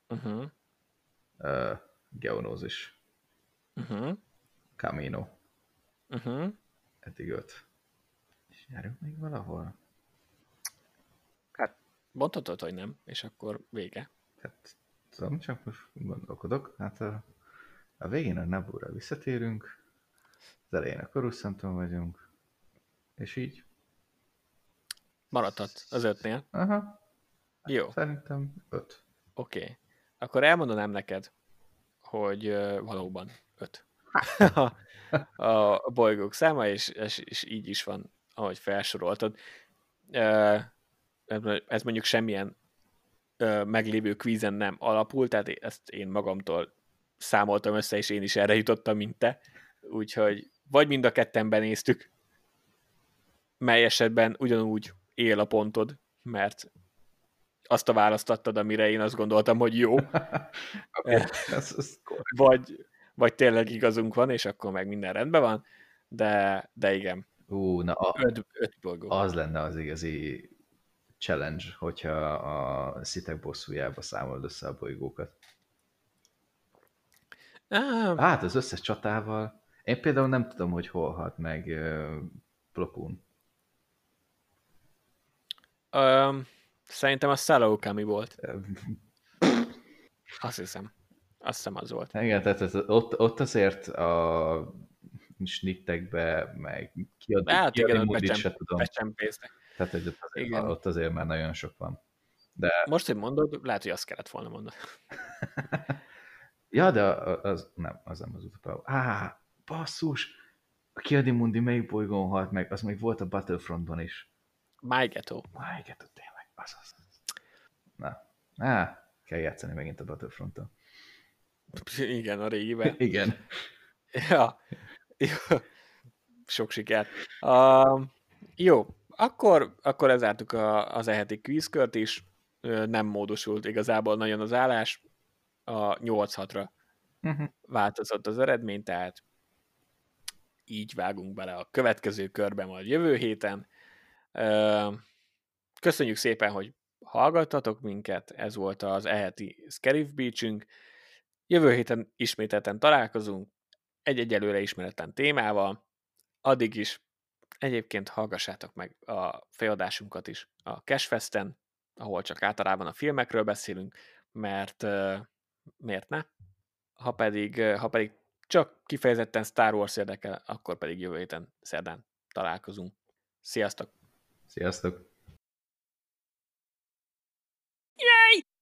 Geonosis, Camino. Eddig 5. És járunk még valahol? Hát mondhatod, hogy nem, és akkor vége. Hát tudom, csak most gondolkodok. Hát a végén a Naboo-ra visszatérünk, az elején a Coruscanton vagyunk, és így. Maradhat az 5-nél. Aha. Jó. Szerintem 5. Oké. Akkor elmondanám neked, hogy valóban 5. a bolygók száma, és így is van, ahogy felsoroltad. Ez mondjuk semmilyen meglévő kvízen nem alapul, tehát ezt én magamtól számoltam össze, és én is erre jutottam, mint te. Úgyhogy vagy mind a ketten benéztük, mely esetben ugyanúgy él a pontod, mert azt a választattad, amire én azt gondoltam, hogy jó. Okay. Vagy tényleg igazunk van, és akkor meg minden rendben van, de igen. Na 5 bolygó. Az lenne az igazi challenge, hogyha a Sithek bosszújába számolod össze a bolygókat. Hát az összes csatával. Én például nem tudom, hogy hol halt meg Plo Szerintem a Salaukami volt. Azt hiszem az volt. Igen, tehát ott azért a snittekbe, meg kiadni Mundit se tudom. Becsempésztek. Tehát hogy ott azért már nagyon sok van. De... Most, hogy mondod, lehet, hogy azt kellett volna mondani. Ja, de az nem az utapáló. Basszus! A Kiadi-Mundi melyik bolygón halt meg? Az még volt a Battlefrontban is. My-Ghetto. My-Ghetto, tényleg, az. Na, kell játszani megint a Battlefront-tal. Igen, a régiben. Igen. Ja. Sok sikert. Jó, akkor lezártuk az eheti kvízkört is. Nem módosult igazából nagyon az állás. A 8-6-ra változott az eredmény, tehát így vágunk bele a következő körbe majd jövő héten. Köszönjük szépen, hogy hallgattatok minket, ez volt az eheti Scarif Beach-ünk. Jövő héten ismételten találkozunk egy egyelőre ismeretlen témával. Addig is egyébként hallgassátok meg a feladásunkat is a Cashfesten, ahol csak általában a filmekről beszélünk, mert miért ne? Ha pedig csak kifejezetten Star Wars érdekel, akkor pedig jövő héten szerdán találkozunk. Sziasztok! Sziasztok!